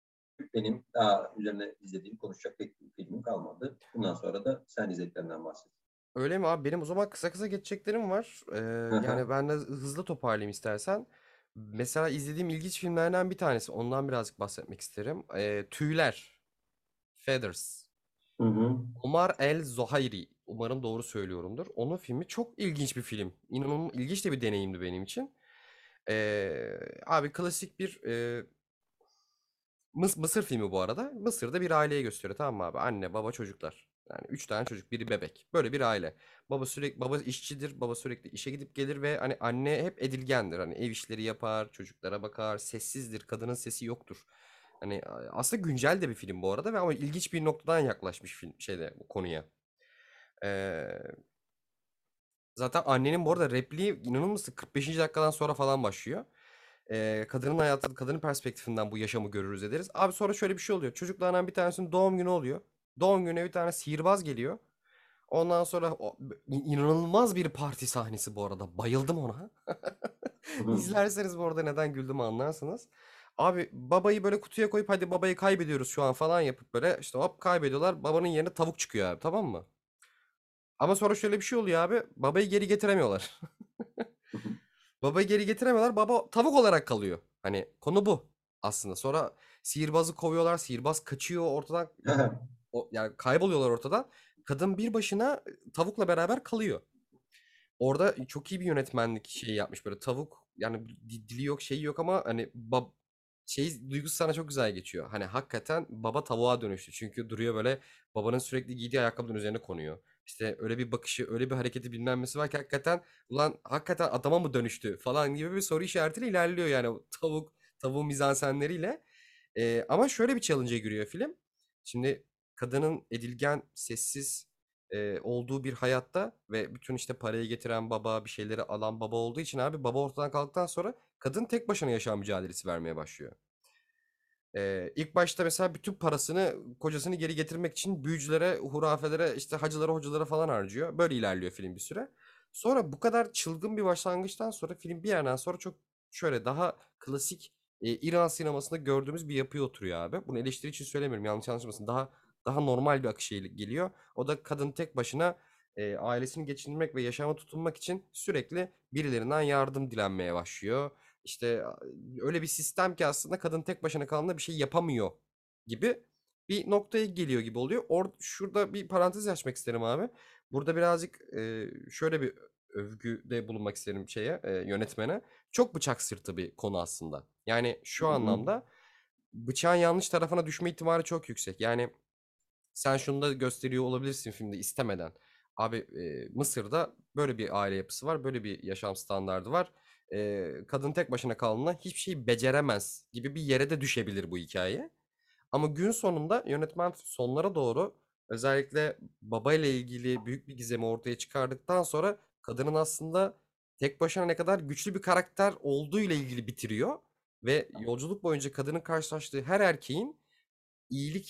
benim daha üzerine izlediğim, konuşacak pek bir filmim kalmadı. Bundan sonra da sen izlediklerinden bahset. Öyle mi abi? Benim o zaman kısa kısa geçeceklerim var. Ee, yani ben de hızlı toparlayayım istersen. Mesela izlediğim ilginç filmlerden bir tanesi. Ondan birazcık bahsetmek isterim. Ee, Tüyler. Feathers. Hı hı. Omar El Zohairi. Umarım doğru söylüyorumdur. Onun filmi çok ilginç bir film. İnanılmaz ilginç de bir deneyimdi benim için. Ee, abi klasik bir e, Mıs- Mısır filmi bu arada. Mısır'da bir aileyi gösteriyor, tamam mı abi? Anne, baba, çocuklar. Yani üç tane çocuk, biri bebek. Böyle bir aile. Baba sürekli baba işçidir. Baba sürekli işe gidip gelir ve hani anne hep edilgendir. Hani ev işleri yapar, çocuklara bakar, sessizdir. Kadının sesi yoktur. Hani a- aslında güncel de bir film bu arada ve ama ilginç bir noktadan yaklaşmış film şeyde bu konuya. Ee, zaten annenin bu arada repliği inanır mısın kırk beşinci dakikadan sonra falan başlıyor. Ee, kadının hayatı, kadının perspektifinden bu yaşamı görürüz ederiz. Abi sonra şöyle bir şey oluyor. Çocuklardan bir tanesinin doğum günü oluyor. Doğum gününe bir tane sihirbaz geliyor. Ondan sonra o, inanılmaz bir parti sahnesi bu arada. Bayıldım ona. Hı hı. İzlerseniz bu arada neden güldüğümü anlarsınız. Abi babayı böyle kutuya koyup hadi babayı kaybediyoruz şu an falan yapıp böyle işte hop kaybediyorlar. Babanın yerine tavuk çıkıyor abi, tamam mı? Ama sonra şöyle bir şey oluyor abi. Babayı geri getiremiyorlar. Babayı geri getiremiyorlar. Baba tavuk olarak kalıyor. Hani konu bu aslında. Sonra sihirbazı kovuyorlar. Sihirbaz kaçıyor ortadan. O, yani kayboluyorlar ortadan. Kadın bir başına tavukla beraber kalıyor. Orada çok iyi bir yönetmenlik şeyi yapmış böyle tavuk yani di- dili yok şeyi yok ama hani bab şey duygusu sana çok güzel geçiyor. Hani hakikaten baba tavuğa dönüştü. Çünkü duruyor böyle babanın sürekli giydiği ayakkabının üzerine konuyor. İşte öyle bir bakışı, öyle bir hareketi bilmem nesi var ki hakikaten ulan hakikaten adama mı dönüştü falan gibi bir soru işaretiyle ilerliyor yani o tavuk tavuğun mizansenleriyle. Ee, ama şöyle bir challenge'a giriyor film. Şimdi kadının edilgen, sessiz e, olduğu bir hayatta ve bütün işte parayı getiren baba, bir şeyleri alan baba olduğu için abi baba ortadan kalktıktan sonra kadın tek başına yaşam mücadelesi vermeye başlıyor. Ee, ilk başta mesela bütün parasını kocasını geri getirmek için büyücülere, hurafelere, işte hacılara, hocalara falan harcıyor. Böyle ilerliyor film bir süre. Sonra bu kadar çılgın bir başlangıçtan sonra film bir yerden sonra çok şöyle daha klasik e, İran sinemasında gördüğümüz bir yapıya oturuyor abi. Bunu eleştiri için söylemiyorum, yanlış anlaşılmasın. Daha daha normal bir akış geliyor. O da kadın tek başına e, ailesini geçindirmek ve yaşama tutunmak için sürekli birilerinden yardım dilenmeye başlıyor. İşte öyle bir sistem ki aslında kadın tek başına kaldığında bir şey yapamıyor gibi bir noktaya geliyor gibi oluyor. Or şurada bir parantez açmak isterim abi. Burada birazcık e, şöyle bir övgüde bulunmak isterim şeye e, yönetmene. Çok bıçak sırtı bir konu aslında. Yani şu Hı hı. anlamda bıçağın yanlış tarafına düşme ihtimali çok yüksek. Yani sen şunu da gösteriyor olabilirsin filmde istemeden. Abi e, Mısır'da böyle bir aile yapısı var, böyle bir yaşam standardı var. E, kadın tek başına kaldığında hiçbir şeyi beceremez gibi bir yere de düşebilir bu hikaye. Ama gün sonunda yönetmen sonlara doğru özellikle baba ile ilgili büyük bir gizemi ortaya çıkardıktan sonra kadının aslında tek başına ne kadar güçlü bir karakter olduğu ile ilgili bitiriyor. Ve yolculuk boyunca kadının karşılaştığı her erkeğin iyilik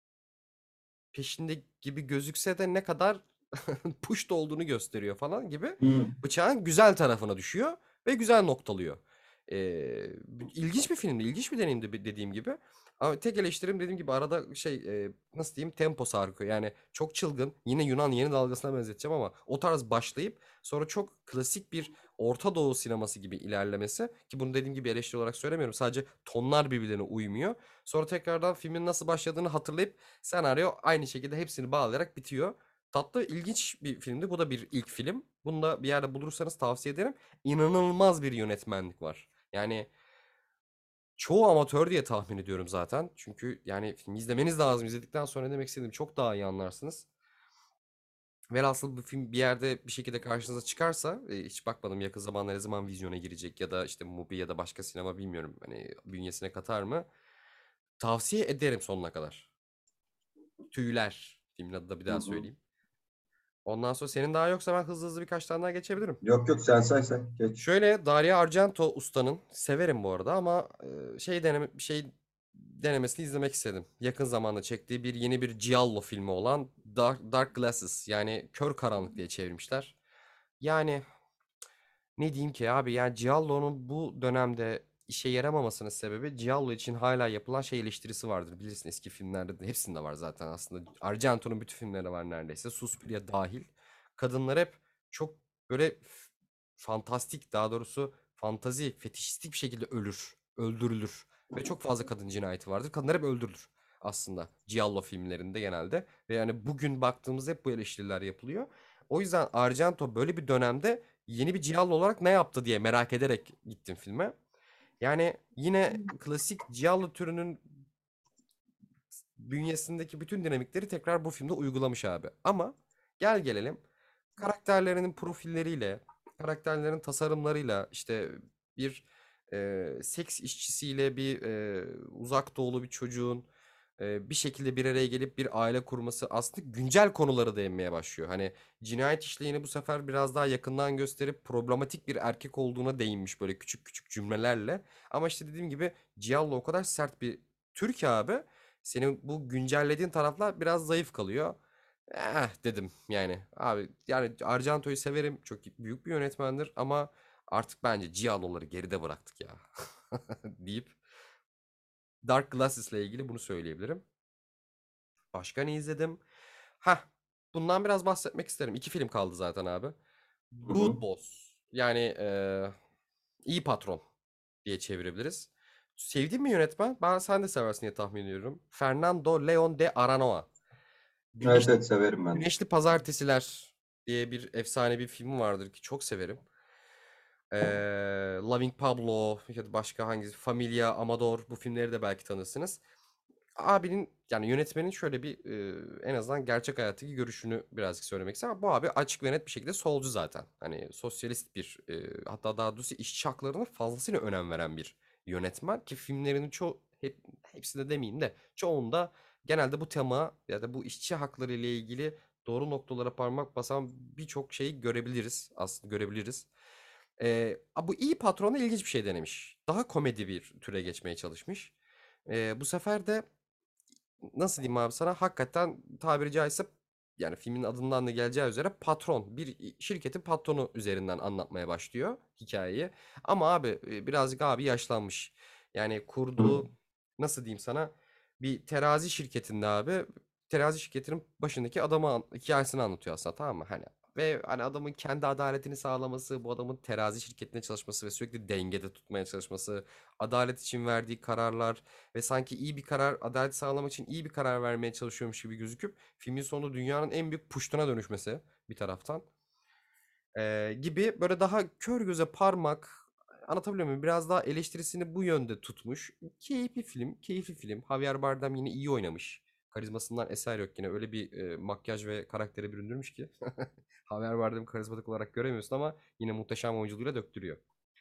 peşinde gibi gözükse de ne kadar puşt olduğunu gösteriyor falan gibi Hı. bıçağın güzel tarafına düşüyor ve güzel noktalıyor. Ee, ilginç bir filmdi, ilginç bir deneyimdi bi- dediğim gibi. Ama tek eleştirim dediğim gibi arada şey e, nasıl diyeyim tempo sarkıyor. Yani çok çılgın yine Yunan yeni dalgasına benzeteceğim ama o tarz başlayıp sonra çok klasik bir Orta Doğu sineması gibi ilerlemesi ki bunu dediğim gibi eleştiri olarak söylemiyorum. Sadece tonlar birbirlerine uymuyor. Sonra tekrardan filmin nasıl başladığını hatırlayıp senaryo aynı şekilde hepsini bağlayarak bitiyor. Tatlı, ilginç bir filmdi. Bu da bir ilk film. Bunu da bir yerde bulursanız tavsiye ederim. İnanılmaz bir yönetmenlik var. Yani çoğu amatör diye tahmin ediyorum zaten. Çünkü yani film izlemeniz lazım. İzledikten sonra ne demek istediğimi çok daha iyi anlarsınız. Velhasıl bu film bir yerde bir şekilde karşınıza çıkarsa e, hiç bakmadım yakın zamanda ne zaman vizyona girecek ya da işte Mubi ya da başka sinema bilmiyorum. Hani bünyesine katar mı? Tavsiye ederim sonuna kadar. Tüyler. Filmin adı da bir Hı daha hı. söyleyeyim. Ondan sonra senin daha yoksa ben hızlı hızlı birkaç tane daha geçebilirim. Yok yok, sen say say. Geç. Şöyle Dario Argento ustanın severim bu arada ama e, şey deneme şey denemesini izlemek istedim. Yakın zamanda çektiği bir yeni bir Giallo filmi olan Dark, Dark Glasses yani Kör Karanlık diye çevirmişler. Yani ne diyeyim ki abi yani Giallo'nun bu dönemde işe yaramamasının sebebi Giallo için hala yapılan şey eleştirisi vardır. Bilirsin eski filmlerde de hepsinde var zaten aslında. Argento'nun bütün filmlerinde var neredeyse. Suspiria dahil. Kadınlar hep çok böyle f- fantastik daha doğrusu fantazi, fetişistik bir şekilde ölür, öldürülür. Ve çok fazla kadın cinayeti vardır. Kadınlar hep öldürülür aslında Giallo filmlerinde genelde. Ve yani bugün baktığımızda hep bu eleştiriler yapılıyor. O yüzden Argento böyle bir dönemde yeni bir Giallo olarak ne yaptı diye merak ederek gittim filme. Yani yine klasik Giallo türünün bünyesindeki bütün dinamikleri tekrar bu filmde uygulamış abi. Ama gel gelelim karakterlerinin profilleriyle, karakterlerin tasarımlarıyla işte bir e, seks işçisiyle bir e, uzak doğulu bir çocuğun e, bir şekilde bir araya gelip bir aile kurması aslında güncel konuları değinmeye başlıyor. Hani cinayet işleyeni bu sefer biraz daha yakından gösterip problematik bir erkek olduğuna değinmiş böyle küçük küçük cümlelerle. Ama işte dediğim gibi Giallo o kadar sert bir tür ki abi senin bu güncellediğin taraflar biraz zayıf kalıyor. Eh dedim yani. Abi yani Argento'yu severim. Çok büyük bir yönetmendir ama artık bence Giallo'ları geride bıraktık ya. deyip Dark Glasses ile ilgili bunu söyleyebilirim. Başka ne izledim? Hah, bundan biraz bahsetmek isterim. İki film kaldı zaten abi. Hı Good hı. Boss. Yani eee iyi patron diye çevirebiliriz. Sevdiğim bir yönetmen. Ben sen de seversin diye tahmin ediyorum. Fernando León de Aranoa. Evet Güneş, evet, severim ben de. Güneşli Pazartesiler diye bir efsane bir film vardır ki çok severim. Ee, Loving Pablo ya da başka hangisi Familia Amador bu filmleri de belki tanırsınız. Abinin yani yönetmenin şöyle bir e, en azından gerçek hayattaki görüşünü birazcık söylemek istiyorum. Bu abi açık ve net bir şekilde solcu zaten. Hani sosyalist bir e, hatta daha doğrusu işçi haklarına fazlasıyla önem veren bir yönetmen ki filmlerinin çoğu hep, hepsinde demeyeyim de çoğunda genelde bu tema ya da bu işçi hakları ile ilgili doğru noktalara parmak basan birçok şeyi görebiliriz aslında görebiliriz. Ee, bu iyi patrona ilginç bir şey denemiş. Daha komedi bir türe geçmeye çalışmış. Ee, bu sefer de nasıl diyeyim abi sana hakikaten tabiri caizse yani filmin adından da geleceği üzere patron bir şirketin patronu üzerinden anlatmaya başlıyor hikayeyi. Ama abi e, birazcık abi yaşlanmış. Yani Hı. kurduğu nasıl diyeyim sana bir terazi şirketinde abi terazi şirketinin başındaki adamı an- hikayesini anlatıyor aslında tamam mı? Hani ve hani adamın kendi adaletini sağlaması, bu adamın terazi şirketinde çalışması ve sürekli dengede tutmaya çalışması, adalet için verdiği kararlar ve sanki iyi bir karar, adalet sağlamak için iyi bir karar vermeye çalışıyormuş gibi gözüküp filmin sonunda dünyanın en büyük puştuna dönüşmesi bir taraftan. Ee, gibi böyle daha kör göze parmak anlatabiliyor muyum? Biraz daha eleştirisini bu yönde tutmuş. Keyifli film, keyifli film. Javier Bardem yine iyi oynamış. karizmasından eser yok yine. Öyle bir e, makyaj ve karaktere büründürmüş ki. Haber verdiğim karizmatik olarak göremiyorsun ama yine muhteşem oyunculuğuyla döktürüyor.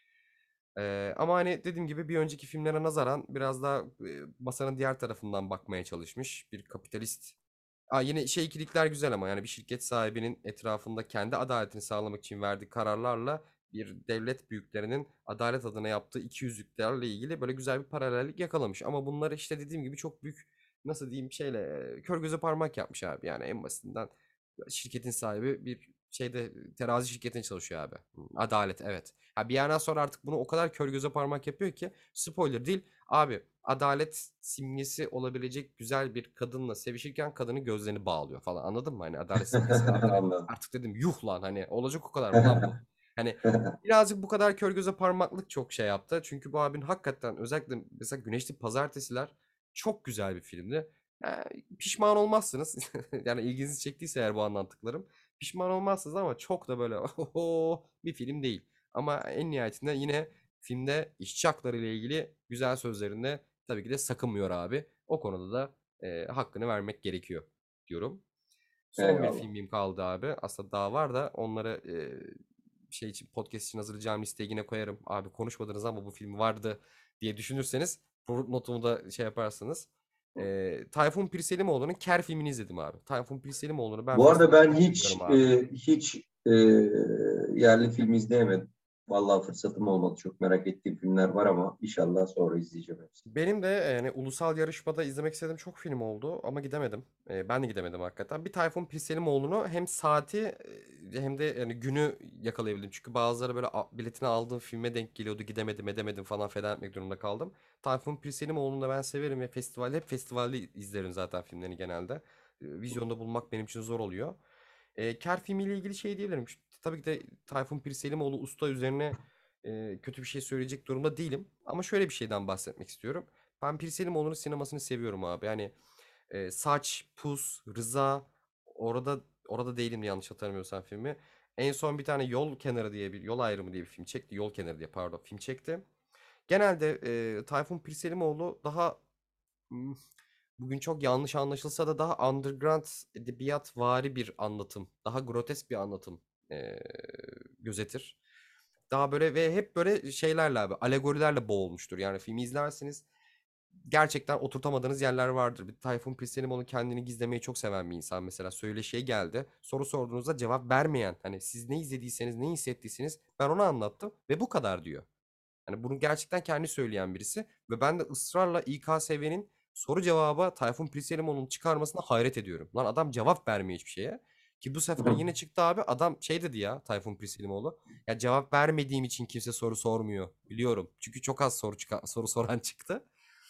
Ee, ama hani dediğim gibi bir önceki filmlere nazaran biraz daha e, masanın diğer tarafından bakmaya çalışmış. Bir kapitalist. Aa, yine şey ikilikler güzel ama yani bir şirket sahibinin etrafında kendi adaletini sağlamak için verdiği kararlarla bir devlet büyüklerinin adalet adına yaptığı ikiyüzlülüklerle ilgili böyle güzel bir paralellik yakalamış. Ama bunları işte dediğim gibi çok büyük nasıl diyeyim şeyle e, kör göze parmak yapmış abi. Yani en basitinden şirketin sahibi bir şeyde terazi şirketine çalışıyor abi. Adalet evet. Ha, bir yerden sonra artık bunu o kadar kör göze parmak yapıyor ki spoiler değil. Abi adalet simgesi olabilecek güzel bir kadınla sevişirken kadının gözlerini bağlıyor falan anladın mı? Hani adalet simgesi artık Anladım. artık dedim yuh lan hani olacak o kadar mı lan bu? Hani birazcık bu kadar kör göze parmaklık çok şey yaptı. Çünkü bu abinin hakikaten özellikle mesela Güneşli Pazartesiler çok güzel bir filmdi. Ha, pişman olmazsınız. Yani ilginizi çektiyse eğer bu anlattıklarım. Pişman olmazsınız ama çok da böyle oho bir film değil. Ama en nihayetinde yine filmde işçi hakları ile ilgili güzel sözlerinde tabii ki de sakınmıyor abi. O konuda da e, hakkını vermek gerekiyor diyorum. Son bir Eyvallah. filmim kaldı abi. Aslında daha var da onları e, şey için podcast için hazırlayacağım listeye yine koyarım. Abi konuşmadınız ama bu film vardı diye düşünürseniz bu notumu da şey yaparsınız. E, Tayfun Pirselimoğlu'nun Ker filmini izledim abi. Tayfun Pirselimoğlu'nu ben Bu arada festivalde ben çok seviyorum hiç abi. e, hiç e, yerli film izleyemedim. Vallahi fırsatım olmadı. Çok merak ettiğim filmler var ama inşallah sonra izleyeceğim hepsini. Benim de yani ulusal yarışmada izlemek istediğim çok film oldu ama gidemedim. Ee, ben de gidemedim hakikaten. Bir Tayfun Pirselimoğlu'nu hem saati e, hem de yani günü yakalayabildim. Çünkü bazıları böyle a- biletini aldığım filme denk geliyordu. Gidemedim edemedim falan feda etmek durumunda kaldım. Tayfun Pirselimoğlu'nu da ben severim ve festival hep festivalde izlerim zaten filmlerini genelde. Ee, Vizyonda bulmak benim için zor oluyor. E, Ker filmiyle ilgili şey diyebilirim. Şu- Tabii ki de Tayfun Pirselimoğlu usta üzerine e, kötü bir şey söyleyecek durumda değilim. Ama şöyle bir şeyden bahsetmek istiyorum. Ben Pirselimoğlu'nun sinemasını seviyorum abi. Yani e, Saç, Pus, Rıza orada orada değilim yanlış hatırlamıyorsam filmi. En son bir tane Yol Kenarı diye bir Yol Ayrımı diye bir film çekti. Yol Kenarı diye pardon film çekti. Genelde e, Tayfun Pirselimoğlu daha hmm, bugün çok yanlış anlaşılsa da daha underground edebiyatvari bir anlatım, daha grotesk bir anlatım eee, gözetir. Daha böyle ve hep böyle şeylerle abi, alegorilerle boğulmuştur. Yani filmi izlerseniz gerçekten oturtamadığınız yerler vardır. Bir Tayfun Pirselimoğlu kendini gizlemeyi çok seven bir insan mesela. Söyleşiye geldi. Soru sorduğunuzda cevap vermeyen. Hani siz ne izlediyseniz, ne hissettiyseniz ben onu anlattım ve bu kadar diyor. Hani bunu gerçekten kendi söyleyen birisi ve ben de ısrarla İ K S V'nin soru cevaba Tayfun Pirselimoğlu'nun çıkarmasına hayret ediyorum. Lan adam cevap vermiyor hiçbir şeye. Ki bu sefer yine çıktı abi adam şey dedi ya Tayfun Pirselimoğlu. Ya cevap vermediğim için kimse soru sormuyor. Biliyorum. Çünkü çok az soru çıka- soru soran çıktı.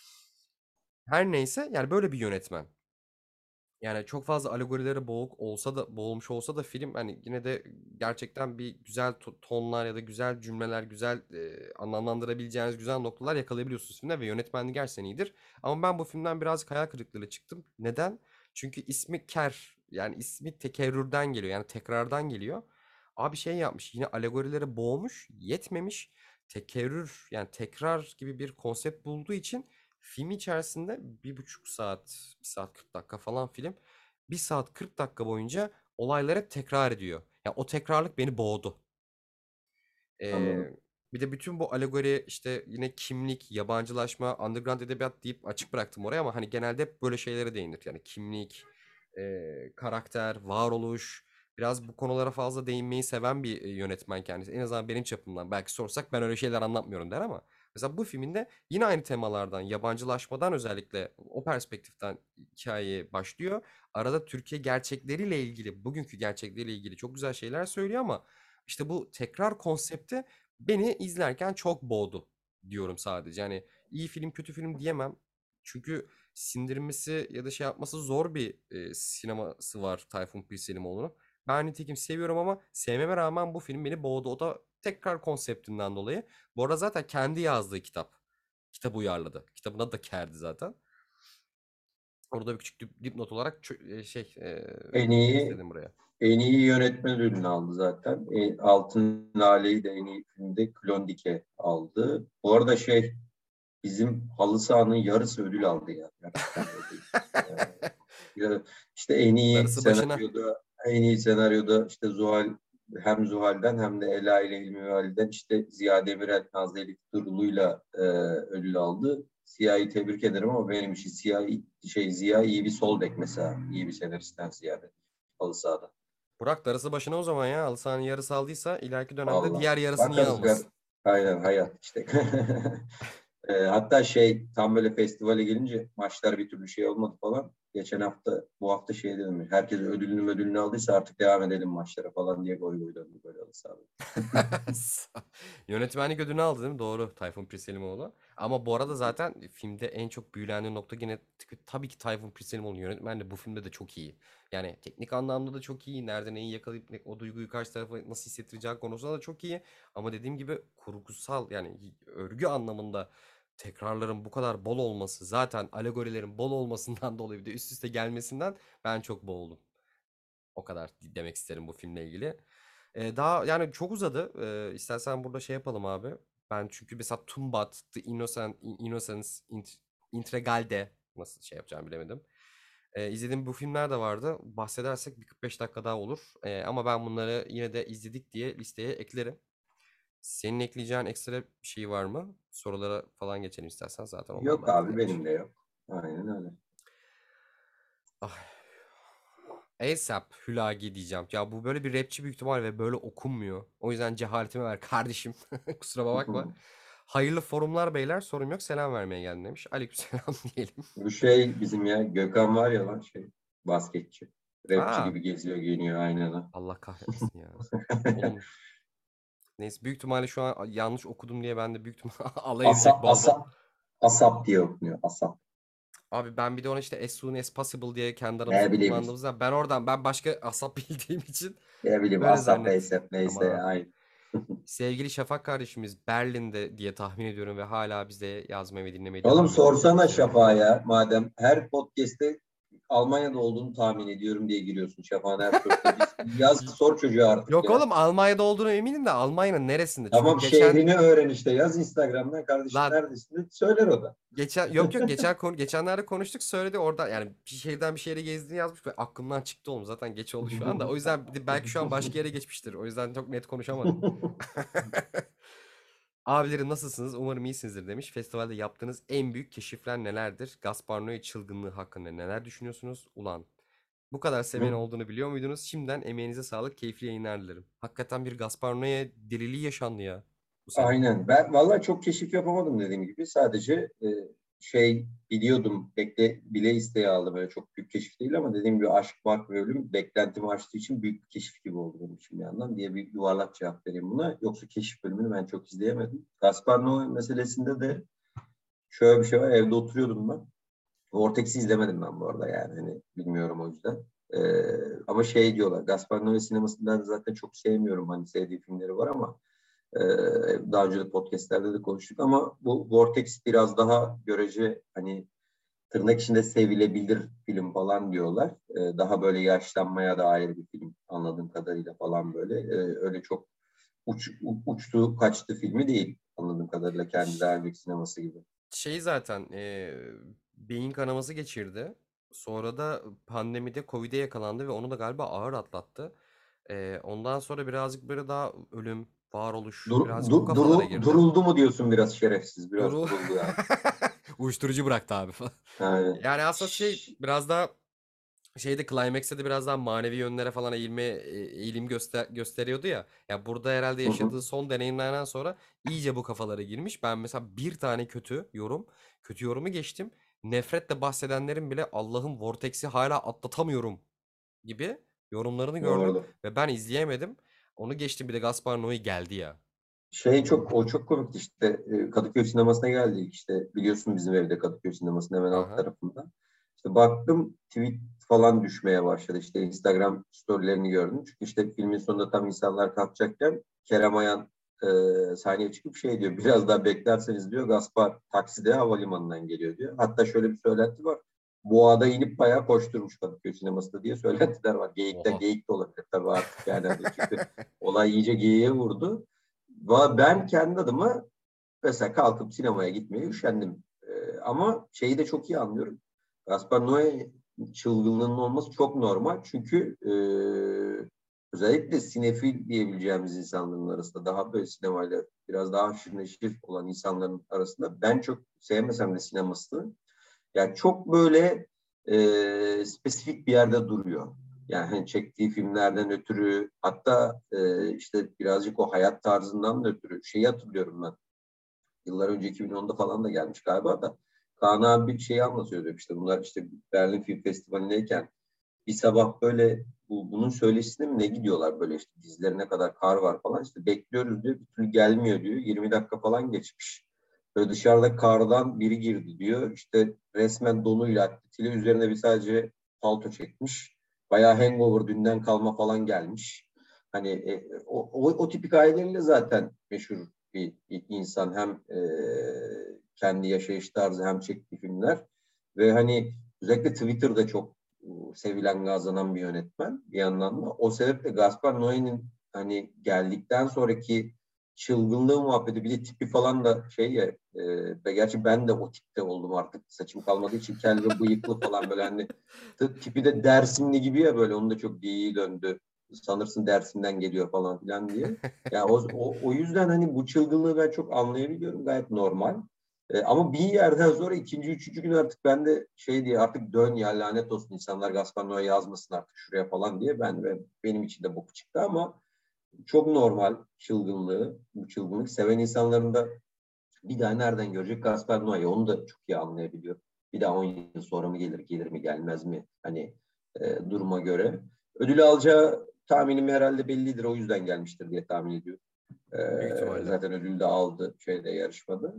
Her neyse yani böyle bir yönetmen. Yani çok fazla alegorilere boğuk olsa da boğulmuş olsa da film hani yine de gerçekten bir güzel to- tonlar ya da güzel cümleler, güzel e, anlamlandırabileceğiniz güzel noktalar yakalayabiliyorsunuz filmde ve yönetmenliği gerçekten iyidir. Ama ben bu filmden birazcık hayal kırıklığıyla çıktım. Neden? Çünkü ismi Ker yani ismi tekerrürden geliyor yani tekrardan geliyor. Abi şey yapmış yine alegorilere boğmuş yetmemiş tekerrür yani tekrar gibi bir konsept bulduğu için film içerisinde bir buçuk saat, bir saat kırk dakika falan film. Bir saat kırk dakika boyunca olaylar hep tekrar ediyor. Ya o tekrarlık beni boğdu. Ee, Anladım. bir de bütün bu alegori işte yine kimlik, yabancılaşma, underground edebiyat deyip açık bıraktım oraya ama hani genelde hep böyle şeylere değinir. Yani kimlik, e, karakter, varoluş. Biraz bu konulara fazla değinmeyi seven bir e, yönetmen kendisi. En azından benim çapımdan. Belki sorsak ben öyle şeyler anlatmıyorum der ama. Mesela bu filminde yine aynı temalardan, yabancılaşmadan özellikle o perspektiften hikaye başlıyor. Arada Türkiye gerçekleriyle ilgili, bugünkü gerçekleriyle ilgili çok güzel şeyler söylüyor ama işte bu tekrar konsepti beni izlerken çok boğdu diyorum sadece. Yani iyi film kötü film diyemem. Çünkü sindirmesi ya da şey yapması zor bir e, sineması var Tayfun Pirselimoğlu'nun. Ben nitekim seviyorum ama sevmeme rağmen bu film beni boğdu. O da tekrar konseptinden dolayı. Bu arada zaten kendi yazdığı kitap. Kitabı uyarladı. Kitabın adı da Kerdi zaten. Orada bir küçük dip- dipnot olarak çö- e, şey e, En eklemek iyi istedim buraya. en iyi yönetmen ödülünü aldı zaten. E, Altın Lale'yi de en iyi filmde Klondike aldı. Bu arada şey bizim halı sahanın yarısı ödül aldı ya. Gerçekten öyle. İşte en iyi Darısı başına. senaryoda en iyi senaryoda işte Zuhal hem Zuhal'den hem de Ela ile İlmi Vali'den işte Ziya Demirel, Nazlı Elif Durulu'yla e, ödül aldı. Ziya'yı tebrik ederim ama benim için Ziya, şey, Ziya iyi bir sol bek mesela. İyi bir senaristten ziyade. Halı sahada. Burak darısı başına o zaman ya. Halı sahanın yarısı aldıysa ileriki dönemde Vallahi. diğer yarısını niye Bakarız. gar- almasın? Aynen hayat işte. E, hatta şey tam böyle festivale gelince maçlar bir türlü şey olmadı falan. Geçen hafta bu hafta şey dedim. Herkes ödülünü ödülünü aldıysa artık devam edelim maçlara falan diye goy goy döndü böyle halı sahada. Yönetmenlik ödülünü aldı değil mi? Doğru. Tayfun Pirselimoğlu. Ama bu arada zaten filmde en çok büyülendiği nokta yine t- tabii ki Tayfun Pirselimoğlu yönetmenliği bu filmde de çok iyi. Yani teknik anlamda da çok iyi. Nerede neyi yakalayıp ne- o duyguyu karşı tarafa nasıl hissettireceği konusunda da çok iyi. Ama dediğim gibi kurgusal yani örgü anlamında tekrarların bu kadar bol olması zaten alegorilerin bol olmasından dolayı bir de üst üste gelmesinden ben çok boğuldum. O kadar demek isterim bu filmle ilgili. Ee, daha yani çok uzadı. Ee, istersen burada şey yapalım abi. Ben çünkü mesela Tumbat, The Innocent, Innocence, Int- Intregalde nasıl şey yapacağımı bilemedim. Ee, izlediğim bu filmler de vardı. Bahsedersek bir kırk beş dakika daha olur. Ee, ama ben bunları yine de izledik diye listeye eklerim. Senin ekleyeceğin ekstra bir şey var mı? Sorulara falan geçelim istersen. Zaten onlar Yok bende de abi var. benim de yok. Aynen öyle. Ah. A$AP Hülagi diyeceğim. Ya bu böyle bir rapçi büyük ihtimal ve böyle okunmuyor. O yüzden cehaletime ver kardeşim. Kusura bakma. Hayırlı forumlar beyler. Sorun yok. Selam vermeye geldim demiş. Aleykümselam diyelim. Bu şey bizim ya Gökhan var ya lan şey basketçi. Rapçi Aa, gibi geziyor giyiniyor aynen ha. Allah kahretmesin ya. Oğlum neyse büyük ihtimalle şu an yanlış okudum diye ben de büyük ihtimalle alay Asa, edecek bol bol. asa, Asap diye okunuyor. Asap. Abi ben bir de ona işte as soon as possible diye kendi aramızda Ne bileyim işte. kullandığımızda ben oradan ben başka asap bildiğim için Ne bileyim böyle Asap zannettim. neyse neyse Ama aynı. sevgili Şafak kardeşimiz Berlin'de diye tahmin ediyorum ve hala bize yazmaya ve dinlemeye Oğlum devam ediyor. sorsana Selam Şafak'a ediyorum. ya madem her podcast'te Almanya'da olduğunu tahmin ediyorum diye giriyorsun Şafak'ın her sorusuna. Biz yaz sor çocuğa artık Yok ya. oğlum Almanya'da olduğuna eminim de Almanya'nın neresinde? Çünkü Tamam geçen şehrini öğren işte yaz Instagram'dan kardeşim lan neredesin de söyler o da. geçen yok yok geçen konu geçenlerde konuştuk söyledi orada yani bir şehirden bir şehre gezdiğini yazmış ve aklımdan çıktı oğlum zaten geç oldu şu anda. O yüzden bir de belki şu an başka yere geçmiştir. O yüzden çok net konuşamadım. Abilerim nasılsınız? Umarım iyisinizdir demiş. Festivalde yaptığınız en büyük keşifler nelerdir? Gaspar Noé çılgınlığı hakkında neler düşünüyorsunuz? Ulan bu kadar seven olduğunu biliyor muydunuz? Şimdiden emeğinize sağlık, keyifli yayınlar dilerim. Hakikaten bir Gaspar Noé diriliği yaşandı ya bu sene. Aynen. Ben vallahi çok keşif yapamadım dediğim gibi. Sadece e, şey biliyordum. Bekle, bile isteye aldım. Böyle çok büyük keşif değil ama dediğim gibi aşk, Mark ve Ölüm beklentimi aştığı için büyük bir keşif gibi oldu benim için bir yandan diye bir yuvarlak cevap vereyim buna. Yoksa keşif bölümünü ben çok izleyemedim. Gaspar Noé meselesinde de şöyle bir şey var. Evde oturuyordum ben. Vortex'i izlemedim ben bu arada yani. Hani bilmiyorum o yüzden. Ee, ama şey diyorlar. Gaspar Noé sinemasından zaten çok sevmiyorum. Hani sevdiği filmleri var ama ee, daha önce de podcastlerde de konuştuk ama bu Vortex biraz daha görece hani tırnak içinde sevilebilir film falan diyorlar. Ee, daha böyle yaşlanmaya dair bir film anladığım kadarıyla falan böyle. Ee, öyle çok uç, uçtu kaçtı filmi değil anladığım kadarıyla kendi Ş- daha önceki sineması gibi. Şey zaten e, beyin kanaması geçirdi. Sonra da pandemide Covid'e yakalandı ve onu da galiba ağır atlattı. E, ondan sonra birazcık böyle daha ölüm, varoluş, Dur, birazcık bu du- kafalara duru- girdi. duruldu mu diyorsun biraz şerefsiz. Biraz Duru duruldu yani. uyuşturucu bıraktı abi falan. Yani, Yani aslında şey biraz daha şeyde Climax'te de biraz daha manevi yönlere falan eğilme e, eğilim göster gösteriyordu ya. Ya burada herhalde hı hı. yaşadığı son deneyimlerden sonra iyice bu kafalara girmiş. Ben mesela bir tane kötü yorum, kötü yorumu geçtim. Nefretle bahsedenlerin bile Allah'ım Vortex'i hala atlatamıyorum gibi yorumlarını gördüm Doğru. ve ben izleyemedim. Onu geçtim bir de Gaspar Noé geldi ya. Şey çok o çok komikti işte e, Kadıköy sinemasına geldik işte biliyorsun bizim evde Kadıköy sinemasının hemen alt Aha. tarafında. İşte baktım tweet falan düşmeye başladı işte Instagram storylerini gördüm. Çünkü işte filmin sonunda tam insanlar kalkacakken Kerem Ayan e, sahneye çıkıp şey diyor biraz daha beklerseniz diyor Gaspar takside havalimanından geliyor diyor. Hatta şöyle bir söylenti var. Boğa'da inip bayağı koşturmuş Kadıköy sinemasında diye söylentiler var. Geyikten Oha. geyik de olabilir tabii artık yani. Hani çünkü olay iyice geyiğe vurdu. Ben kendi adıma mesela kalkıp sinemaya gitmeye üşendim. Ee, ama şeyi de çok iyi anlıyorum. Gaspar Noé çılgınlığının olması çok normal. Çünkü e, özellikle sinefil diyebileceğimiz insanların arasında, daha böyle sinemayla biraz daha haşır neşir olan insanların arasında, ben çok sevmesem de sinemasını, yani çok böyle e, spesifik bir yerde duruyor. Yani hani çektiği filmlerden ötürü, hatta e, işte birazcık o hayat tarzından da ötürü şeyi hatırlıyorum ben. Yıllar önce iki bin onda falan da gelmiş galiba da. Kaan abi bir şeyi anlatıyordu. İşte bunlar işte Berlin Film Festivali'ndeyken bir sabah böyle bu, bunun söyleşisine mi ne gidiyorlar, böyle işte dizlerine kadar kar var falan, işte bekliyoruz diyor, bir türlü gelmiyor diyor, yirmi dakika falan geçmiş. Böyle dışarıda kardan biri girdi diyor, işte resmen donuyla atletiyle üzerine bir sadece palto çekmiş. Bayağı hangover, dünden kalma falan gelmiş. Hani e, o, o, o tip hikayeleriyle zaten meşhur bir, bir insan, hem e, kendi yaşayış tarzı hem çektiği filmler ve hani özellikle Twitter'da çok sevilen, gazlanan bir yönetmen bir yandan da. O sebeple Gaspar Noé'nin hani geldikten sonraki çılgınlığı muhabbeti, bir de tipi falan da şey ya, e, gerçi ben de o tipte oldum artık, saçım kalmadığı için, kel ve bıyıklı falan, böyle hani tipi de Dersimli gibi ya, böyle onun da çok iyi döndü. Sanırsın Dersim'den geliyor falan filan diye. Ya o, o, o yüzden hani bu çılgınlığı ben çok anlayabiliyorum. Gayet normal. E, ama bir yerden sonra ikinci, üçüncü gün artık ben de şey diye, artık dön ya, lanet olsun insanlar Gaspar Noé yazmasın artık şuraya falan diye, ben ve benim için de boku çıktı. Ama çok normal çılgınlığı, bu çılgınlık seven insanların da bir daha nereden görecek Gaspar Noé, onu da çok iyi anlayabiliyor. Bir daha on yıl sonra mı gelir, gelir mi gelmez mi, hani e, duruma göre. Ödülü alacağı tahminim herhalde bellidir, o yüzden gelmiştir diye tahmin ediyorum. Büyük Ee, ihtimalle. zaten ödül de aldı şeyde, yarışmada.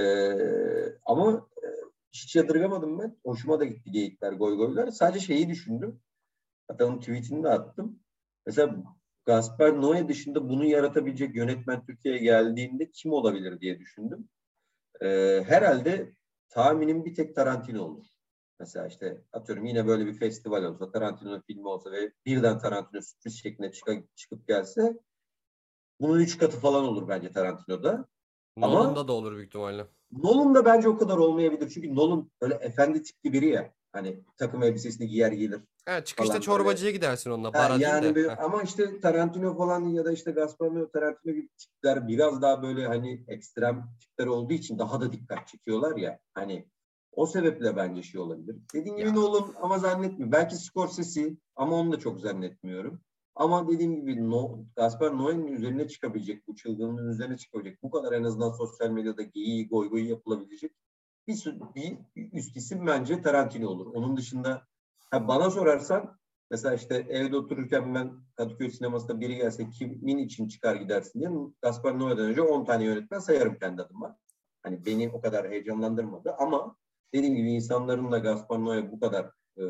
Ee, ama e, hiç yadırgamadım ben. Hoşuma da gitti geyikler, goy goylar. Sadece şeyi düşündüm. Hatta onun tweetini de attım. Mesela Gaspar Noé dışında bunu yaratabilecek yönetmen Türkiye'ye geldiğinde kim olabilir diye düşündüm. Ee, herhalde tahminim bir tek Tarantino olur. Mesela işte atıyorum, yine böyle bir festival olsa, Tarantino'nun filmi olsa ve birden Tarantino sürpriz şeklinde çıkıp, çıkıp gelse, bunun üç katı falan olur bence Tarantino'da. Ama Nolan'da da olur büyük ihtimalle. Nolan da bence o kadar olmayabilir. Çünkü Nolan böyle efendi tipli biri ya. Hani takım elbisesini giyer gelir Ha, çıkışta falan böyle. çorbacıya gidersin onunla. Ha, Bara değil yani de. bir, Heh. ama işte Tarantino falan ya da işte Gaspar Noé, Tarantino gibi tipler biraz daha böyle hani ekstrem tipler olduğu için daha da dikkat çekiyorlar ya. Hani o sebeple bence şey olabilir. Dediğim gibi Ya Nolan, ama zannetmiyorum. Belki Scorsese, ama onu da çok zannetmiyorum. Ama dediğim gibi no, Gaspar Noé'nin üzerine çıkabilecek, bu çılgınlığın üzerine çıkabilecek, bu kadar en azından sosyal medyada geyiği, goy goyu yapılabilecek bir, bir üst isim bence Tarantino olur. Onun dışında, ha, bana sorarsan, mesela işte evde otururken ben Kadıköy sinemasında biri gelse kimin için çıkar gidersin diye, Gaspar Noé'den önce on tane yönetmen sayarım kendi adıma. Hani beni o kadar heyecanlandırmadı ama dediğim gibi insanların da Gaspar Noé bu kadar e,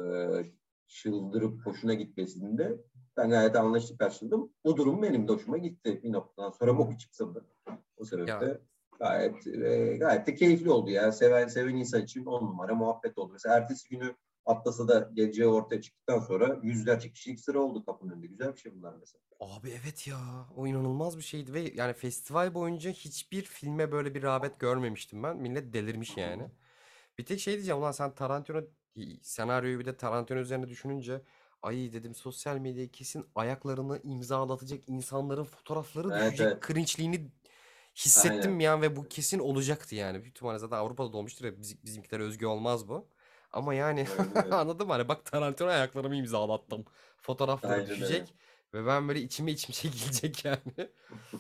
çıldırıp hoşuna gitmesinde ben gayet anlayışlı karşıladım. Bu durum benim de hoşuma gitti. Bir noktadan sonra boku çıksa da. O ya sebeple gayet e, gayet de keyifli oldu ya. Seven seven insan için on numara muhabbet oldu. Mesela ertesi günü Atlas'a da geleceği ortaya çıktıktan sonra yüzlerce kişilik sıra oldu kapının önünde. Güzel bir şey bunlar mesela. abi evet ya, o inanılmaz bir şeydi ve yani festival boyunca hiçbir filme böyle bir rağbet görmemiştim ben. Millet delirmiş yani. Bir tek şey diyeceğim, ulan sen Tarantino senaryoyu bir de Tarantino üzerine düşününce, ay dedim, sosyal medyaya kesin ayaklarını imzalatacak insanların fotoğrafları Evet, düşecek evet. cringe'liğini hissettim Aynen. yani ve bu kesin olacaktı yani. Büyük ihtimalle zaten Avrupa'da da olmuştur ya, biz, bizimkilere özgü olmaz bu. Ama yani Aynen öyle. anladın mı? Hani bak, Tarantino ayaklarımı imzalattım. Fotoğrafları Aynen öyle. düşecek ve ben böyle içime içim gelecek yani.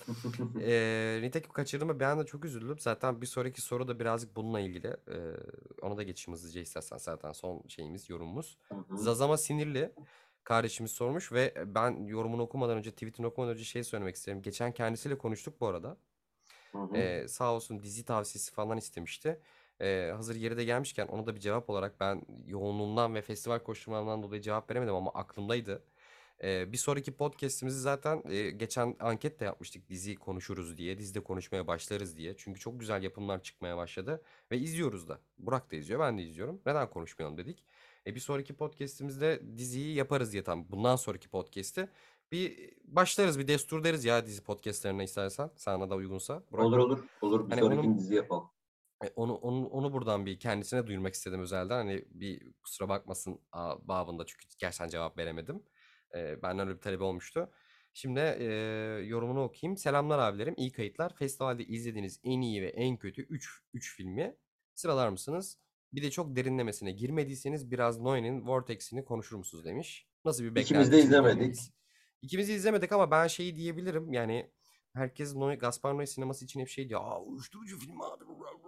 Ee, nitekim kaçırdığıma ben de çok üzüldüm. Zaten bir sonraki soru da birazcık bununla ilgili. Ee, ona da geçeyim hızlıca istersen, zaten son şeyimiz, yorumumuz. Hı hı. Zazama Sinirli kardeşimiz sormuş ve ben yorumunu okumadan önce, tweetini okumadan önce şey söylemek isterim. Geçen kendisiyle konuştuk bu arada. Hı hı. Ee, sağ olsun dizi tavsiyesi falan istemişti. Ee, hazır yeri de gelmişken ona da bir cevap olarak, ben yoğunluğumdan ve festival koşturmamdan dolayı cevap veremedim ama aklımdaydı. Ee, bir sonraki podcast'imizi zaten e, geçen anket de yapmıştık, diziyi konuşuruz diye, dizide konuşmaya başlarız diye. Çünkü çok güzel yapımlar çıkmaya başladı ve izliyoruz da. Burak da izliyor, ben de izliyorum. Neden konuşmayalım dedik. E, bir sonraki podcast'imizde diziyi yaparız diye, tam bundan sonraki podcast'te bir başlarız, bir destur deriz ya dizi podcastlerine, istersen sana da uygunsa Burak. Olur olur. Olur. Bir Hani onun sonraki dizi yapalım. E, Onu, onu, onu buradan bir kendisine duyurmak istedim özelden. Hani bir kusura bakmasın a, babında çünkü gerçekten cevap veremedim. E, benden öyle bir talebi olmuştu. Şimdi e, yorumunu okuyayım. Selamlar abilerim. İyi kayıtlar. Festivalde izlediğiniz en iyi ve en kötü üç üç filmi sıralar mısınız? Bir de çok derinlemesine girmediyseniz biraz Noé'nin Vortex'ini konuşur musunuz demiş. Nasıl bir İkimiz beklenti de içinde izlemedik. girmeliyiz? İkimiz de izlemedik ama ben şeyi diyebilirim. Yani herkes Noé, Gaspar Noé sineması için hep şey diyor. Aa, uyuşturucu film abi.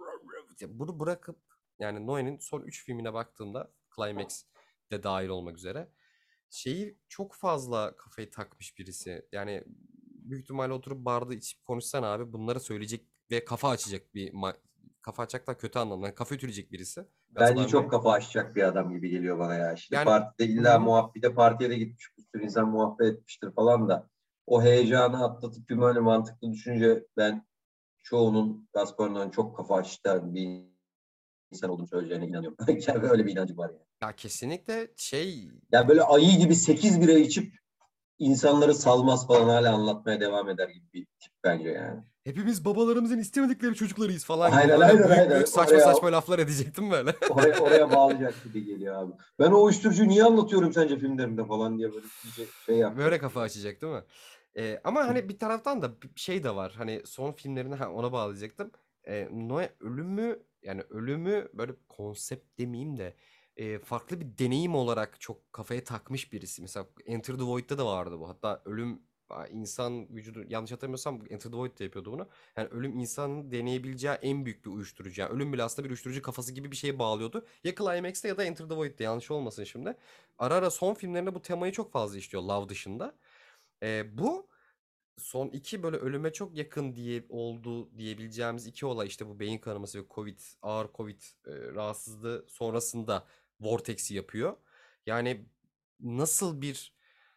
Ya bunu bırakıp yani Noé'nin son üç filmine baktığımda Climax de dahil olmak üzere şeyi çok fazla kafayı takmış birisi. Yani büyük ihtimalle oturup barda içip konuşsan abi bunları söyleyecek ve kafa açacak bir ma- kafa açacak da kötü anlamda yani kafa ütülecek birisi Bence Gaspar çok Noé. kafa açacak bir adam gibi geliyor bana ya. İşte Yani partide hı illa hı. muhabbete partiye de gitmiş bir sürü insan muhabbet etmiştir falan da o heyecanı atlatıp bir böyle mantıklı düşünce ben çoğunun Gaspar'ın çok kafa açtığı bir insan olduğunu söyleyeceğine inanıyorum. Yani öyle bir inancım var yani. Ya kesinlikle şey Yani böyle ayı gibi sekiz bira içip insanları salmaz falan hala anlatmaya devam eder gibi bir tip bence yani. hepimiz babalarımızın istemedikleri çocuklarıyız falan gibi Aynen böyle aynen büyük aynen. büyük saçma Oraya saçma laflar edecektim böyle. oraya oraya bağlayacak gibi geliyor abi. Ben o uyuşturucuyu niye anlatıyorum sence filmlerimde falan diye böyle iyice şey Böyle yapacak gibi kafa yani. açacak değil mi? Ee, ama hani bir taraftan da bir şey de var. Hani son filmlerine ha, ona bağlayacaktım. Ee, Noe ölümü yani ölümü böyle konsept demeyeyim de e, farklı bir deneyim olarak çok kafaya takmış birisi. Mesela Enter the Void'da da vardı bu. Hatta ölüm a, insan vücudu yanlış hatırlamıyorsam Enter the Void'da yapıyordu bunu. Yani ölüm insanın deneyebileceği en büyük bir uyuşturucu. Yani ölüm bile aslında bir uyuşturucu kafası gibi bir şeye bağlıyordu. Ya Climax'te ya da Enter the Void'de yanlış olmasın şimdi. Ara ara son filmlerinde bu temayı çok fazla işliyor Love dışında. Ee, bu son iki böyle ölüme çok yakın diye oldu diyebileceğimiz iki olay işte bu beyin kanaması ve Covid ağır Covid e, rahatsızlığı sonrasında Vortex'i yapıyor. Yani nasıl bir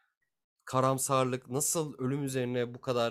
karamsarlık, nasıl ölüm üzerine bu kadar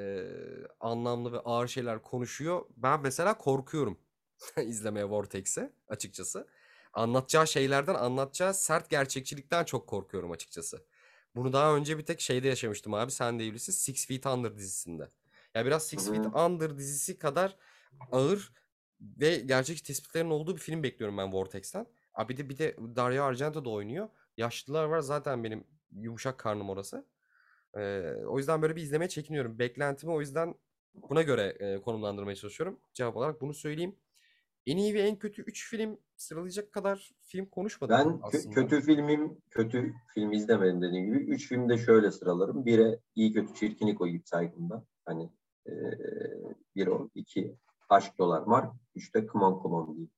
e, anlamlı ve ağır şeyler konuşuyor. Ben mesela korkuyorum izlemeye Vortex'i açıkçası. Anlatacağı şeylerden, anlatacağı sert gerçekçilikten çok korkuyorum açıkçası. Bunu daha önce bir tek şeyde yaşamıştım abi. Sen de evlisi Six Feet Under dizisinde. Ya biraz Hı Six Feet hı. Under dizisi kadar ağır ve gerçekçi tespitlerin olduğu bir film bekliyorum ben Vortex'ten. Abi bir de bir de Dario Argento da oynuyor. Yaşlılar var zaten benim yumuşak karnım orası. Ee, o yüzden böyle bir izlemeye çekiniyorum. Beklentimi o yüzden buna göre e, konumlandırmaya çalışıyorum. Cevap olarak bunu söyleyeyim. En iyi ve en kötü üç film sıralayacak kadar film konuşmadık Ben kö- aslında. kötü filmim, kötü film izlemedim dediğim gibi. Üç filmi de şöyle sıralarım. Bire iyi kötü çirkini koyup saygımda. Hani e, bir o, iki Aşk Dolar Mark, üç de Come On Come On diyeyim.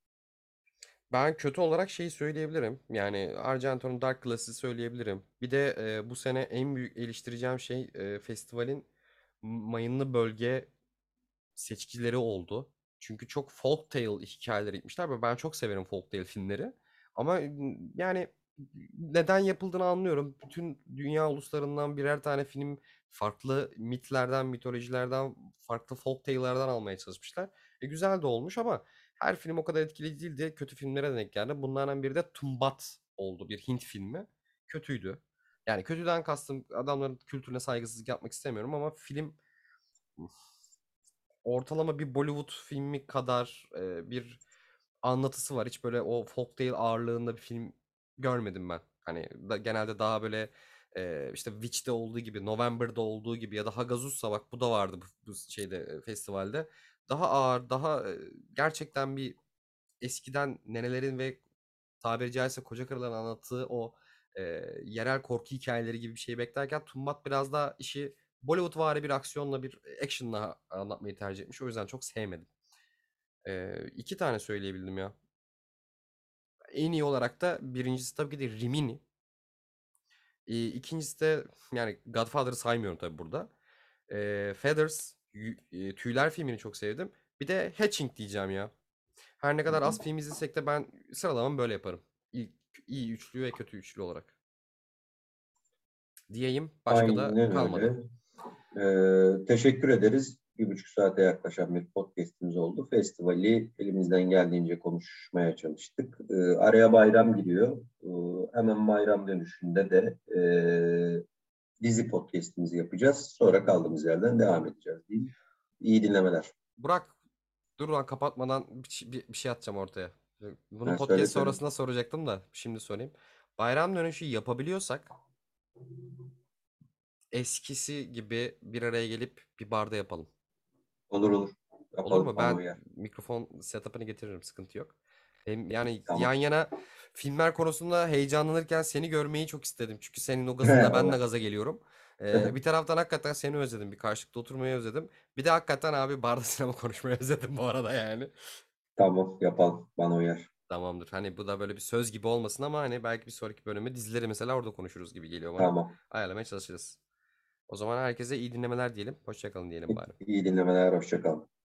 Ben kötü olarak şeyi söyleyebilirim. Yani Argento'nun Dark Glass'ı söyleyebilirim. Bir de e, bu sene en büyük eleştireceğim şey e, festivalin mayınlı bölge seçkileri oldu. Çünkü çok folktale hikayeleri gitmişler ve ben çok severim folktale filmleri. Ama yani neden yapıldığını anlıyorum. Bütün dünya uluslarından birer tane film farklı mitlerden, mitolojilerden, farklı folktale'lerden almaya çalışmışlar. E, güzel de olmuş ama her film o kadar etkileyici değildi. Kötü filmlere denk geldi. Bunlardan biri de Tumbat oldu. Bir Hint filmi. Kötüydü. Yani kötüden kastım adamların kültürüne saygısızlık yapmak istemiyorum ama film ortalama bir Bollywood filmi kadar e, bir anlatısı var. Hiç böyle o folktale ağırlığında bir film görmedim ben. Hani da, genelde daha böyle e, işte Witch'te olduğu gibi, November'da olduğu gibi ya da Hagazussa bak bu da vardı bu, bu şeyde e, festivalde. Daha ağır, daha e, gerçekten bir eskiden nenelerin ve tabiri caizse koca karıların anlattığı o e, yerel korku hikayeleri gibi bir şey beklerken Tumbat biraz daha işi Bollywoodvari bir aksiyonla bir actionla anlatmayı tercih etmiş. O yüzden çok sevmedim. E, iki tane söyleyebildim ya. En iyi olarak da birincisi tabii ki de Rimini. E, ikincisi de yani Godfather'ı saymıyorum tabii burada. E, Feathers, y- e, Tüyler filmini çok sevdim. Bir de Hatching diyeceğim ya. Her ne Hı kadar hı. az film izlesek de ben sıralamamı böyle yaparım. İyi, iyi üçlü ve kötü üçlü olarak. Diyeyim başka da Aynen kalmadı. öyle. Ee, teşekkür ederiz. Bir buçuk saate yaklaşan bir podcastimiz oldu. Festivali elimizden geldiğince konuşmaya çalıştık. Ee, araya bayram giriyor. Ee, hemen bayram dönüşünde de e, dizi podcastimizi yapacağız. Sonra kaldığımız yerden devam edeceğiz diyeyim. İyi dinlemeler. Burak Dur lan kapatmadan bir, şey- bir, bir şey atacağım ortaya. Bunu Ha, söyle podcast söyle. sonrasında soracaktım da şimdi sorayım. Bayram dönüşü yapabiliyorsak eskisi gibi bir araya gelip bir barda yapalım. Olur olur. Olur Yapalım, mu? bana Ben uyar. mikrofon setup'ını getiririm, sıkıntı yok. Hem yani yan Tamam. yana filmler konusunda heyecanlanırken seni görmeyi çok istedim. Çünkü senin o gazında ben de Allah. gaza geliyorum. Ee, bir taraftan hakikaten seni özledim. Bir karşılıklı oturmayı özledim. Bir de hakikaten abi barda sinema konuşmayı özledim bu arada yani. Tamam, yapalım, bana uyar. Tamamdır. Hani bu da böyle bir söz gibi olmasın ama hani belki bir sonraki bölümü dizileri mesela orada konuşuruz gibi geliyor bana. Tamam. Ayarlamaya çalışırız. O zaman herkese iyi dinlemeler diyelim. Hoşça kalın diyelim bari. İyi dinlemeler, hoşça kal.